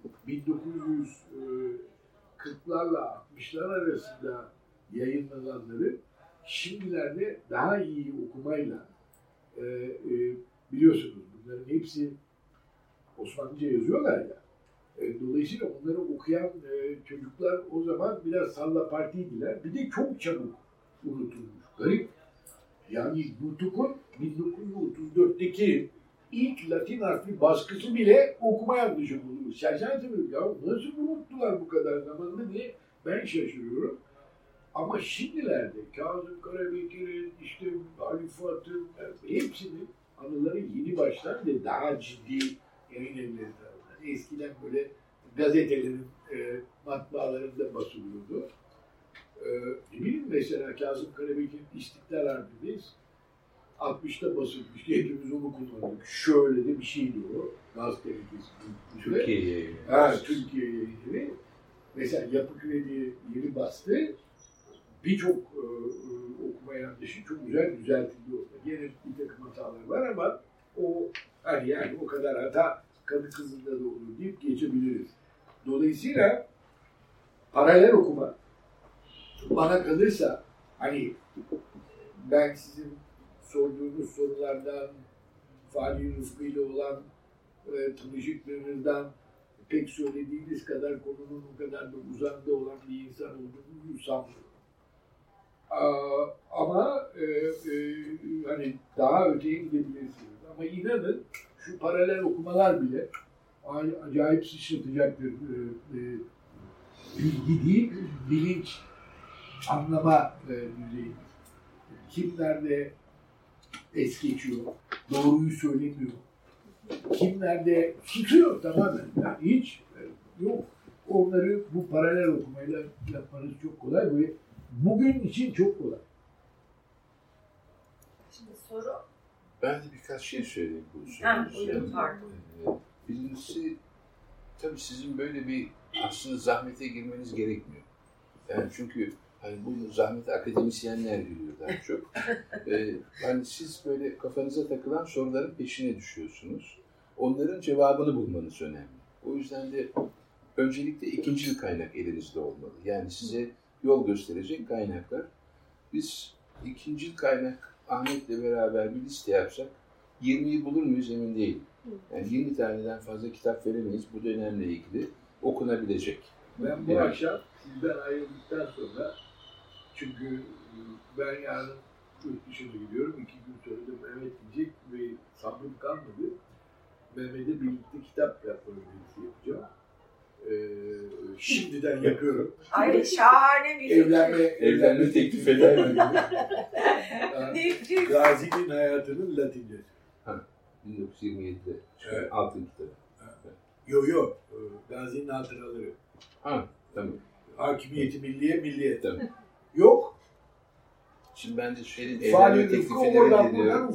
1940'larla 60'lar arasında yayınlananları şimdilerde daha iyi okumayla biliyorsunuz bunların hepsi Osmanlıca yazıyorlar ya. Dolayısıyla onları okuyan çocuklar o zaman biraz salla partiydiler. Bir de çok çabuk unutulmuş. Garip. Yani Nutuk'un 1934'teki ilk Latin harfli baskısı bile okuma yanlışı bulunmuş. Şaşırtıyorum ya nasıl unuttular bu kadar zamanda diye ben şaşırıyorum. Ama şimdilerde Kazım Karabekir'in, işte Ali Fuat'ın hepsinin anıları yeni baştan ve daha ciddi yayın evleri tarafından. Eskiden böyle gazetelerin matbaalarında basılıyordu. Ne bileyim mesela Kazım Karabekir'in İstiklal Harbi'ndeyiz. 60'ta basılmış. Hepimiz onu kullandık. Şöyle de bir şeydi o. Gazeteci Türkiye'ye. Türkiye yayınları. Mesela Yapı Kredi yeni bastı. Birçok okuma yanlışı çok güzel düzeltildi orada. Yine bir takım hatalar var ama o hani yani o kadar hata Kadı Kızı'nda da olur deyip geçebiliriz. Dolayısıyla paralel okuma bana kalırsa hani ben sizin sorduğunuz sorulardan Fahri Rıfkı ile olan tanışıklığınızdan pek söylediğiniz kadar konunun o kadar da uzakta olan bir insan olduğunu sanmıyorum. Ama hani daha öteye gidebilirsiniz. Ama inanın şu paralel okumalar bile acayip sıçratacak bir bilgi değil, bilinç, anlama düzeyi. Kim nerede es geçiyor, doğruyu söylemiyor. Kim nerede susuyor tamamen. Yani hiç yok. Onları bu paralel okumayla yapmanız çok kolay ve bugün için çok kolay. Şimdi soru. Ben de birkaç şey söyleyeyim bu Buyurun, pardon. Birincisi, tabii sizin böyle bir aslında zahmete girmeniz gerekmiyor. Yani çünkü hani bu zahmete akademisyenler giriyor daha çok. Hani siz böyle kafanıza takılan soruların peşine düşüyorsunuz. Onların cevabını bulmanız önemli. O yüzden de öncelikle ikincil kaynak elinizde olmalı. Yani size yol gösterecek kaynaklar. Biz ikincil kaynak Ahmet'le beraber bir liste yapsak 20'yi bulur muyuz emin değilim. Yani 20 taneden fazla kitap veremeyiz bu dönemle ilgili okunabilecek. Ben bu akşam sizden ayrıldıktan sonra, çünkü ben yarın yurt dışına gidiyorum, 2 gün sonra da Mehmet gidecek ve sabrım kalmadı. Mehmet'e birlikte kitap yapma önerisi yapacağım. Şimdiden yapıyorum. Ay şahane bir Evlenme teklif eder mi? Gazi'nin hayatının Latincesi. 1927'de Evet. altın kitabı. Yok. Gazi'nin hatıraları. Tamam. Hakimiyeti milliyet. Tamam. Yok. Şimdi ben de söyleyeyim, evlenme teklifleri ediyorum.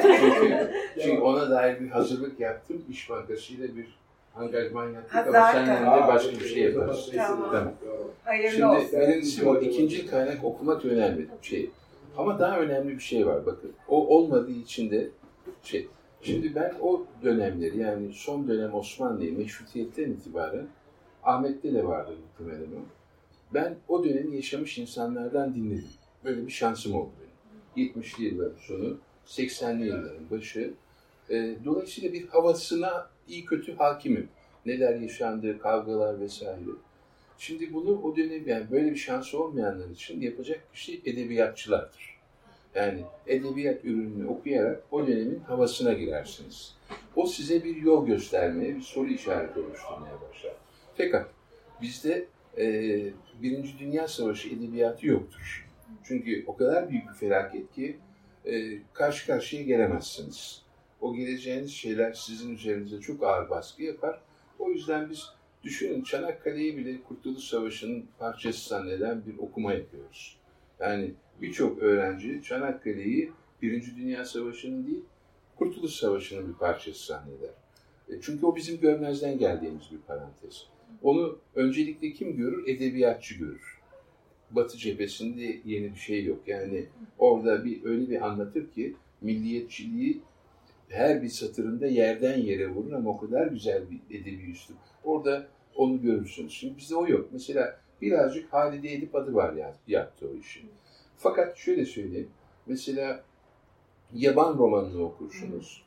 Çünkü ona dair bir hazırlık yaptım. İş Bankası'yla bir angajman yaptık ama senden de başka bir şey yaparız. Tamam. Hayırlı Şimdi olsun. birincisi o ikinci kaynak okumak önemli bir şey. Ama daha önemli bir şey var bakın. O olmadığı için de Şimdi ben o dönemleri, yani son dönem Osmanlı'yı meşrutiyetten itibaren, Ahmet'te de vardı muhtemelen o. Ben o dönemi yaşamış insanlardan dinledim. Böyle bir şansım oldu benim. 70'li yılların sonu, 80'li yılların başı. Dolayısıyla bir havasına iyi kötü hakimim. Neler yaşandı, kavgalar vesaire. Şimdi bunu o dönem, yani böyle bir şansı olmayanlar için yapacak bir şey edebiyatçılardır. Yani edebiyat ürününü okuyarak o dönemin havasına girersiniz. O size bir yol göstermeye, bir soru işareti oluşturmaya başlar. Fakat bizde Birinci Dünya Savaşı edebiyatı yoktur. Çünkü o kadar büyük bir felaket ki karşı karşıya gelemezsiniz. O geleceğiniz şeyler sizin üzerinize çok ağır baskı yapar. O yüzden biz düşünün, Çanakkale'yi bile Kurtuluş Savaşı'nın parçası zanneden bir okuma yapıyoruz. Yani birçok öğrenci Çanakkale'yi Birinci Dünya Savaşı'nın değil, Kurtuluş Savaşı'nın bir parçası zanneder. Çünkü o bizim görmezden geldiğimiz bir parantez. Onu öncelikle kim görür? Edebiyatçı görür. Batı cephesinde yeni bir şey yok. Yani orada öyle bir anlatır ki milliyetçiliği her bir satırında yerden yere vurur ama o kadar güzel bir edebi üslup. Orada onu görürsünüz. Şimdi bizde o yok. Mesela birazcık Halide Edip adı var yaptı o işi. Fakat şöyle söyleyeyim. Mesela Yaban romanını okursunuz.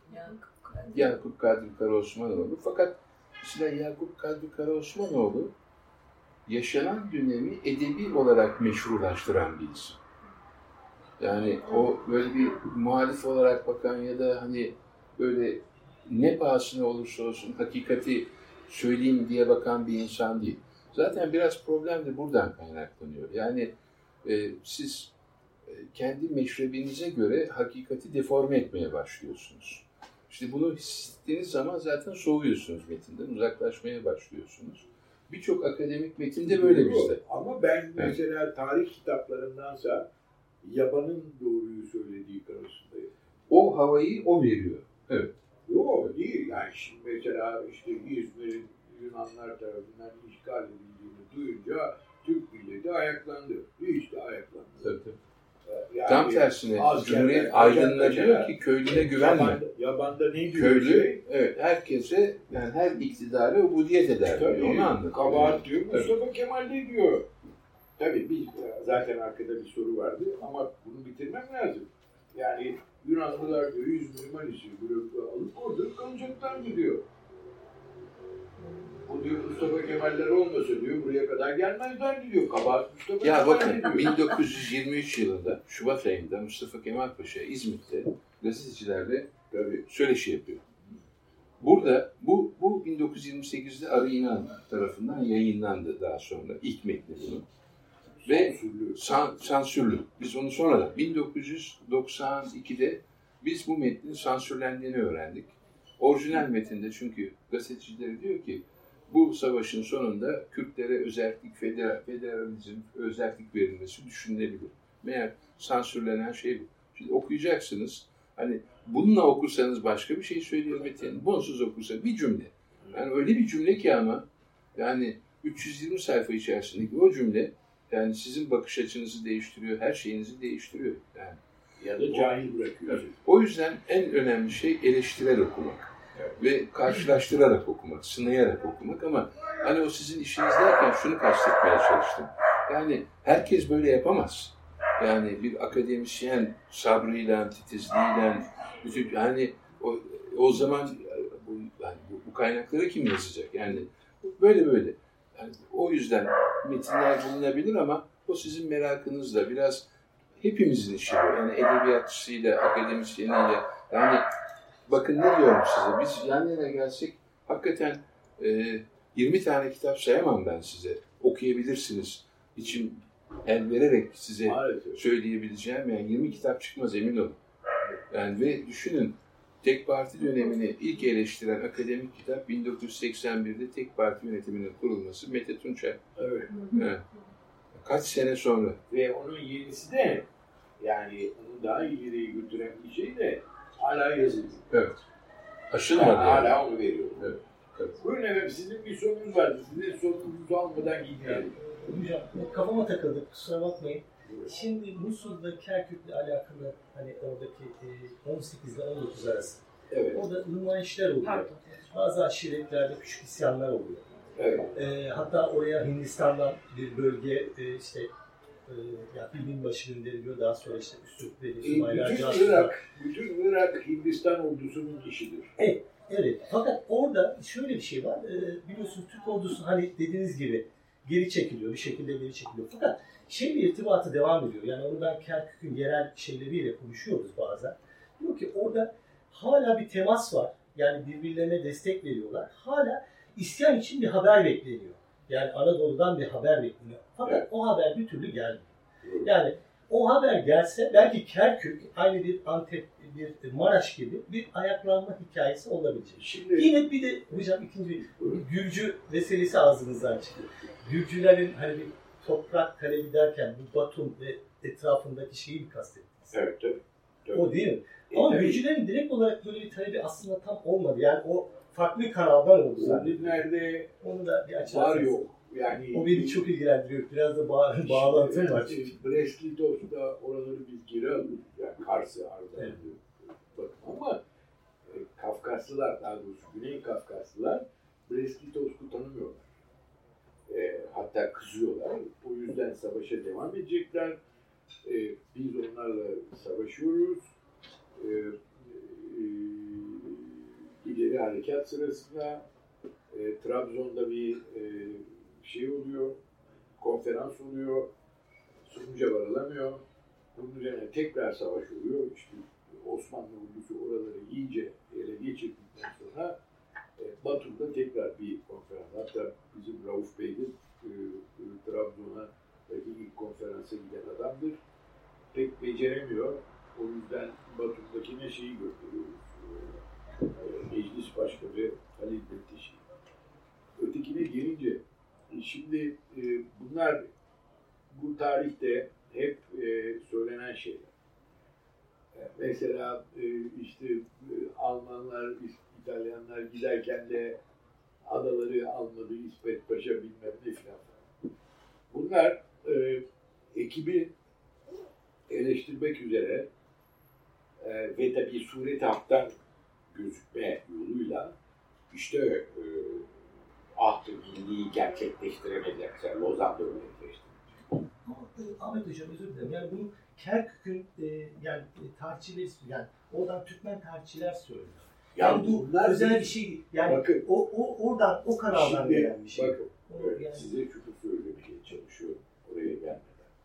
Yakup Kadri Karaosmanoğlu. Fakat mesela Yakup Kadri Karaosmanoğlu yaşanan dönemi edebi olarak meşrulaştıran bir isim. Yani o böyle bir muhalif olarak bakan ya da hani böyle ne pahasına olursa olsun hakikati söyleyeyim diye bakan bir insan değil. Zaten biraz problem de buradan kaynaklanıyor. Yani siz kendi meşrebinize göre hakikati deforme etmeye başlıyorsunuz. İşte bunu hissettiğiniz zaman zaten soğuyorsunuz metinden, uzaklaşmaya başlıyorsunuz. Birçok akademik metinde böyle bizde. Ama ben mesela tarih kitaplarındansa Yaban'ın doğruyu söylediği konusundayım. O havayı o veriyor. Evet. Yok değil. Yani şimdi mesela işte İzmir'in Yunanlar tarafından işgal edildiğini duyunca Türk milleti ayaklandı. Hiç de ayaklandı. Tabii. Yani tam tersine Cumhuriyet aydınına diyor ki köylüne güvenme. Yaban'da ne diyor? Köylü, evet, herkese, yani her iktidara ubudiyet eder diyor. Onu anlatıyor. Kabahat diyor. Mustafa Kemal de diyor. Tabii zaten arkada bir soru vardı ama bunu bitirmem lazım. Yani Yunanlılar diyor, İzmir, Manisa alıp orada kalacaklar diyor. diyor Mustafa Kemaller olmasa diyor buraya kadar gelmezlerdi diyor. Kabahat Mustafa Ya Kemal bakın diyor. 1923 yılında Şubat ayında Mustafa Kemal Paşa İzmit'te gazetecilerle söyleşi yapıyor. Burada bu 1928'de Arı İnan tarafından yayınlandı daha sonra ilk metni bunun. Ve sansürlü. Biz onu sonradan 1992'de biz bu metnin sansürlendiğini öğrendik. Orijinal metinde çünkü gazetecileri diyor ki bu savaşın sonunda Kürtlere özellik, federalizm, özellik verilmesi düşünülebilir. Meğer sansürlenen şey bu. Şimdi okuyacaksınız. Hani bununla okursanız başka bir şey söylüyor metin. Bunsuz okursa bir cümle. Yani öyle bir cümle ki ama yani 320 sayfa içerisindeki o cümle yani sizin bakış açınızı değiştiriyor, her şeyinizi değiştiriyor. Yani Ya da cahil bırakıyor. evet. O yüzden en önemli şey eleştirel okumak. Evet. Ve karşılaştırarak okumak, sınayarak okumak ama hani o sizin işiniz derken şunu kastetmeye çalıştım. Yani herkes böyle yapamaz. Yani bir akademisyen sabrıyla, titizliğiyle, yani o zaman bu kaynakları kim yazacak? Yani böyle. Yani o yüzden metinler bulunabilir ama o sizin merakınızla biraz hepimizin işi bu. Yani edebiyatçısıyla, akademisyeniyle. Yani bakın ne diyorum size, biz yan yana gelsek hakikaten 20 tane kitap sayamam ben size. Okuyabilirsiniz. İçim el vererek size söyleyebileceğim. Yani 20 kitap çıkmaz emin olun. Yani ve düşünün tek parti dönemini ilk eleştiren akademik kitap 1981'de tek parti yönetiminin kurulması Mete Tunçay. Evet. Evet. Kaç sene sonra. Ve onun yenisi de yani onu daha ileriye götüren bir şey de hala yazılıyor. Evet. Aşılmadı yani. Hala onu veriyorum. Evet. Evet. Buyurun efendim sizin bir sorunuz vardı. Sizin sorunuzu almadan gitmeyelim. Hocam kafama takıldı kusura bakmayın. Şimdi Musul'da Kerkük'le alakalı hani oradaki 18 ile 19 arası. Evet. Orada nümayişler oluyor. Bazı aşiretlerde küçük isyanlar oluyor. Evet. Hatta oraya Hindistan'dan bir bölge yani bir binbaşı gönderiliyor. Daha sonra işte Üstürkleri, bütün Irak Hindistan ordusunun işidir. Evet. Fakat orada şöyle bir şey var. Biliyorsunuz Türk ordusu hani dediğiniz gibi geri çekiliyor. Bir şekilde geri çekiliyor. Fakat bir irtibatı devam ediyor. Yani onu ben Kerkük'ün yerel şeyleriyle konuşuyoruz bazen. Diyor ki orada hala bir temas var. Yani birbirlerine destek veriyorlar. Hala isyan için bir haber bekleniyor. Yani Anadolu'dan bir haber bekleniyor. Fakat o haber bir türlü gelmiyor. Yani o haber gelse belki Kerkük aynı bir Antep, bir Maraş gibi bir ayaklanma hikayesi olabilecek. Şimdi, yine bir de hocam ikinci Gürcü meselesi ağzınızdan çıkıyor. Gürcülerin hani bir toprak talebi derken bu Batum ve etrafındaki şeyi mi kastettiniz? Evet tabii. O değil mi? Ama Gürcülerin direkt olarak böyle bir talebi aslında tam olmadı. Yani o farklı kanaldan oldu zaten. Nerede onu da bir açarsanız. var yok. Yani o beni çok ilgilendiriyor. Biraz da bağlantı var. Brest-Litovsk'ta oraları biz geri alıyoruz. Yani Kars'ı Ardahan'ı. Evet. Bakın ama Kafkaslılar, daha doğrusu Güney Kafkaslılar Brest-Litovsk'u tanımıyorlar. Hatta kızıyorlar. O yüzden savaşa devam edecekler. Biz onlarla savaşıyoruz. İleri harekat sırasında Trabzon'da bir şey oluyor, konferans oluyor, sonuca varılamıyor. Bunun üzerine tekrar savaş oluyor. İşte Osmanlı ordusu oraları iyice ele geçirdikten sonra Batum'da tekrar bir konferans. Hatta bizim Rauf Bey de Trabzon'a ilk konferansa giden adamdır. Pek beceremiyor. O yüzden Batum'dakine şeyi gönderiyoruz. Meclis Başkanı Halil Bektaş'ı. Ötekine gelince şimdi bunlar bu tarihte hep söylenen şeyler. Mesela işte Almanlar, İtalyanlar giderken de adaları almadı, İsmet Paşa bilmem ne filan. Bunlar ekibi eleştirmek üzere ve tabii sureti haktan gözükme yoluyla işte ahd-ı milliyi gerçekleştiremediler. Mesela Lozan'da gerçekleştiremediler. Ahmet Hocam özür dilerim. Yani bunu Kerkük'ün tarihçileri, yani oradan Türkmen tarihçiler söylüyor. Yani bu bunlar özel bir şey değil. Yani bakın, oradan, o kanaldan şimdi, gelen bir şey. Bakın, Yani. size şunu söylemeye çalışıyorum oraya gelmeden.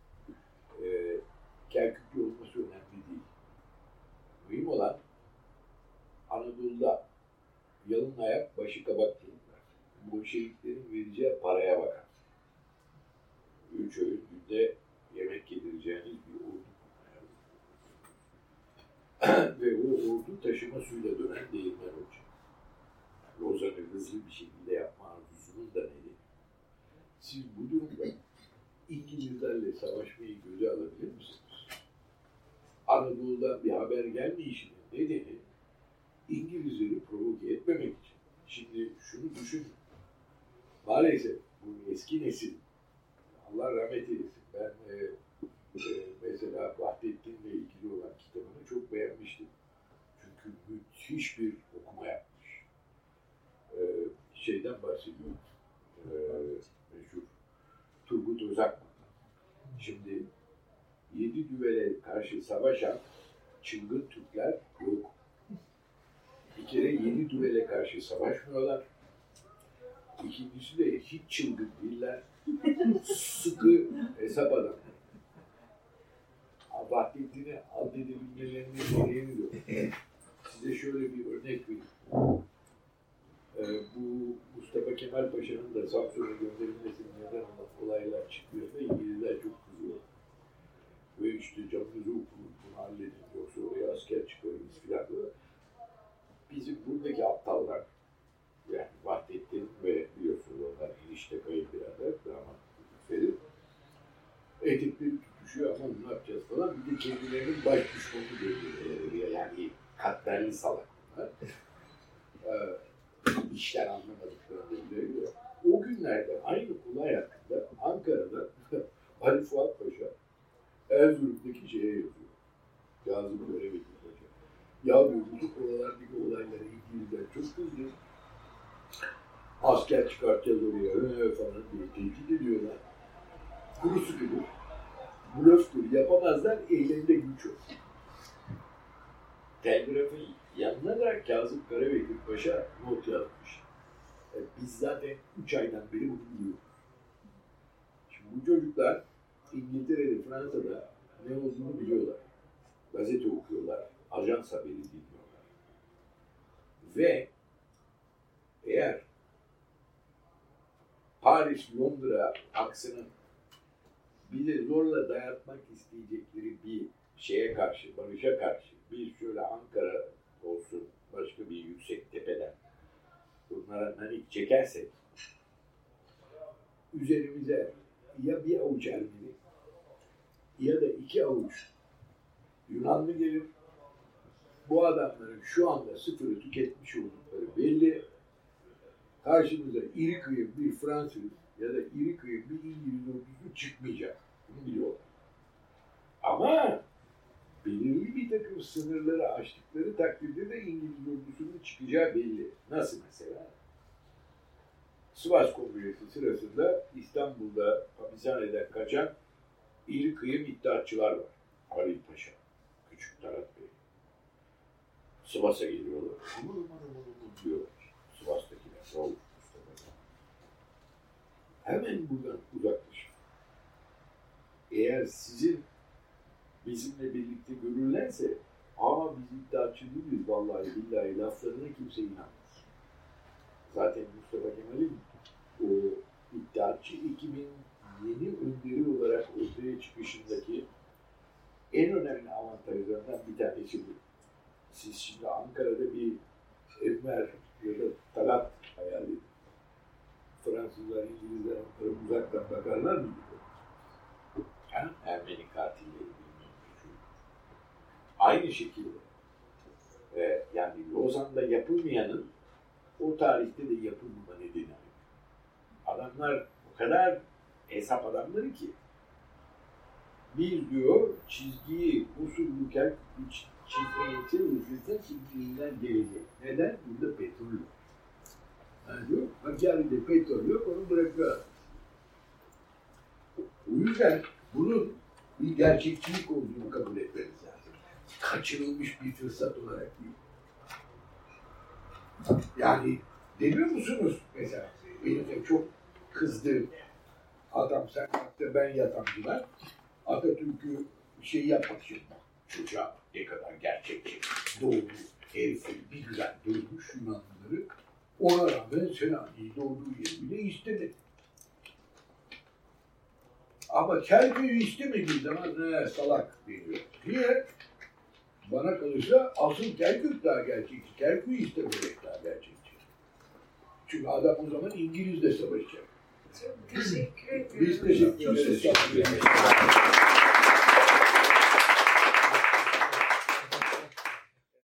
Kerkük'ü olması önemli değil. Mühim olan Anadolu'da yalın ayak, başı kabak durumlar. Bolşeviklerin vereceği paraya bakar. 3 öğün günde yemek yedireceğiniz bir ordu kurmaya. Ve o ordu taşıma suyla dönen değirmen olacak. Yani Lozan'ı hızlı bir şekilde yapma arzusunun da nedeni. Siz bu durumda İngilizlerle savaşmayı göze alabilir misiniz? Anadolu'dan bir haber gelmeyişinin nedeni İngilizleri provoke etmemek için. Şimdi şunu düşünün. Maalesef bu eski nesil, Allah rahmet eylesin, ben mesela Vahdettin'le ilgili olan kitabını çok beğenmiştim. Çünkü müthiş bir okuma yapmış. Şeyden bahsediyorum. Meşhur Turgut Özakman'dan. Şimdi 7 düvele karşı savaşan çılgın Türkler yok. Bir kere 7 düvele karşı savaşmıyorlar. İkincisi de hiç çılgın değiller. Sıkı hesap adamı. Vahdettin'i alt edebilmelerini gereğini size şöyle bir örnek vereyim. Bu Mustafa Kemal Paşa'nın da Samsun'a gönderilmesinin neden olan olaylar çıkıyor ve İngilizler çok kızıyor. Ve işte canınızı okuyun, bunu halledin, yoksa oraya asker çıkarırız filan. Bizim buradaki aptallar, yani Vahdettin ve biliyorsunuz onlar enişte kayınbirader, damat Ferit, etikleri tutuşuyor, ama ne yapacağız falan. Bir de kendilerinin baş düşmanı görüyor. Yani katmerli salak bunlar. İşler anlamadıklarını biliyor. O günlerde aynı olay hakkında Ankara'da Ali Fuat Paşa Erzurum'daki şeye yazıyor. Kazım Göremedik Paşa. Ya diyor, bu oralardaki olaylara İngilizler çok kızdı. Asker çıkartacağız oraya falan diye tehdit ediyorlar. Kuru sıkıdır, blöftür, yapamazlar, ellerinde güç yok. Telgrafın yanına da Kazım Karabekir Paşa not yazmış. Biz zaten 3 aydan beri bunu biliyoruz. Şimdi bu çocuklar İngiltere'de, Fransa'da ne olduğunu biliyorlar. Gazete okuyorlar, ajans haberi dinliyorlar. Ve eğer Paris, Londra aksının bizi zorla dayatmak isteyecekleri bir şeye karşı, barışa karşı, bir şöyle Ankara olsun, başka bir yüksek tepeden bunlara nanik çekersek, üzerimize ya bir avuç Ermeni ya da 2 avuç Yunanlı gelir. Bu adamların şu anda sıfırı tüketmiş oldukları belli. Karşımıza iri kıyım bir Fransız ya da iri kıyım bir İngiliz ordusu çıkmayacak. Bunu biliyorlar. Ama belirli bir takım sınırları aştıkları takdirde de İngiliz ordusunun çıkacağı belli. Nasıl mesela? Sivas Kongresi sırasında İstanbul'da hapishaneden kaçan iri kıyım iddiatçılar var. Halil Paşa, Küçük Talat Bey. Sivas'a geliyorlar. Aman diyorlar. Sivas'takiler. Ne olur Mustafa? Hemen buradan uzaklaşın. Eğer sizin bizimle birlikte görürlerse, biz iddiatçı değiliz vallahi billahi laflarına kimse inanmaz. Zaten Mustafa Kemal'in o iddiatçı ekibin yeni önderi olarak ortaya çıkışındaki en önemli avantajlarından bir tanesi bu. Siz şimdi Ankara'da bir Enver ya da Talat hayal edin. Fransızlar, İngilizler Ankara'ya uzaktan bakarlar mı? Yani Ermeni katilleri bilmiyorum. Aynı şekilde yani Lozan'da yapılmayanın o tarihte de yapılmama nedeni. Adamlar o kadar hesap adamları ki biz diyor çizgiyi usullüken çizmeye çalışırsa çizgiler gelecek. Neden? Burada petrol yok. Yani diyor, Hakkari'de petrol yok, onu bırakıyor. O yüzden bunun bir gerçekçilik olduğunu kabul etmemiz lazım. Kaçırılmış bir fırsat olarak değil. Yani demiyor musunuz mesela? Benim de çok kızdığım adam sen yattı ben yatamcılar Atatürk'ü şey yapmak için çocuğa ne kadar gerçekçi doğru herifi bir güzel dövmüş Yunanlıları ona rağmen Selanik'i doğduğu yeri bile istemedi. Ama Kerkük'ü istemediği zaman salak deniyor. Niye? Bana kalırsa asıl Kerkük daha gerçekçi. Kerkük'ü istememek daha gerçekçi. Çünkü adam o zaman İngiliz'le savaşacak. Çok teşekkür ederim. Biz teşekkür ederiz.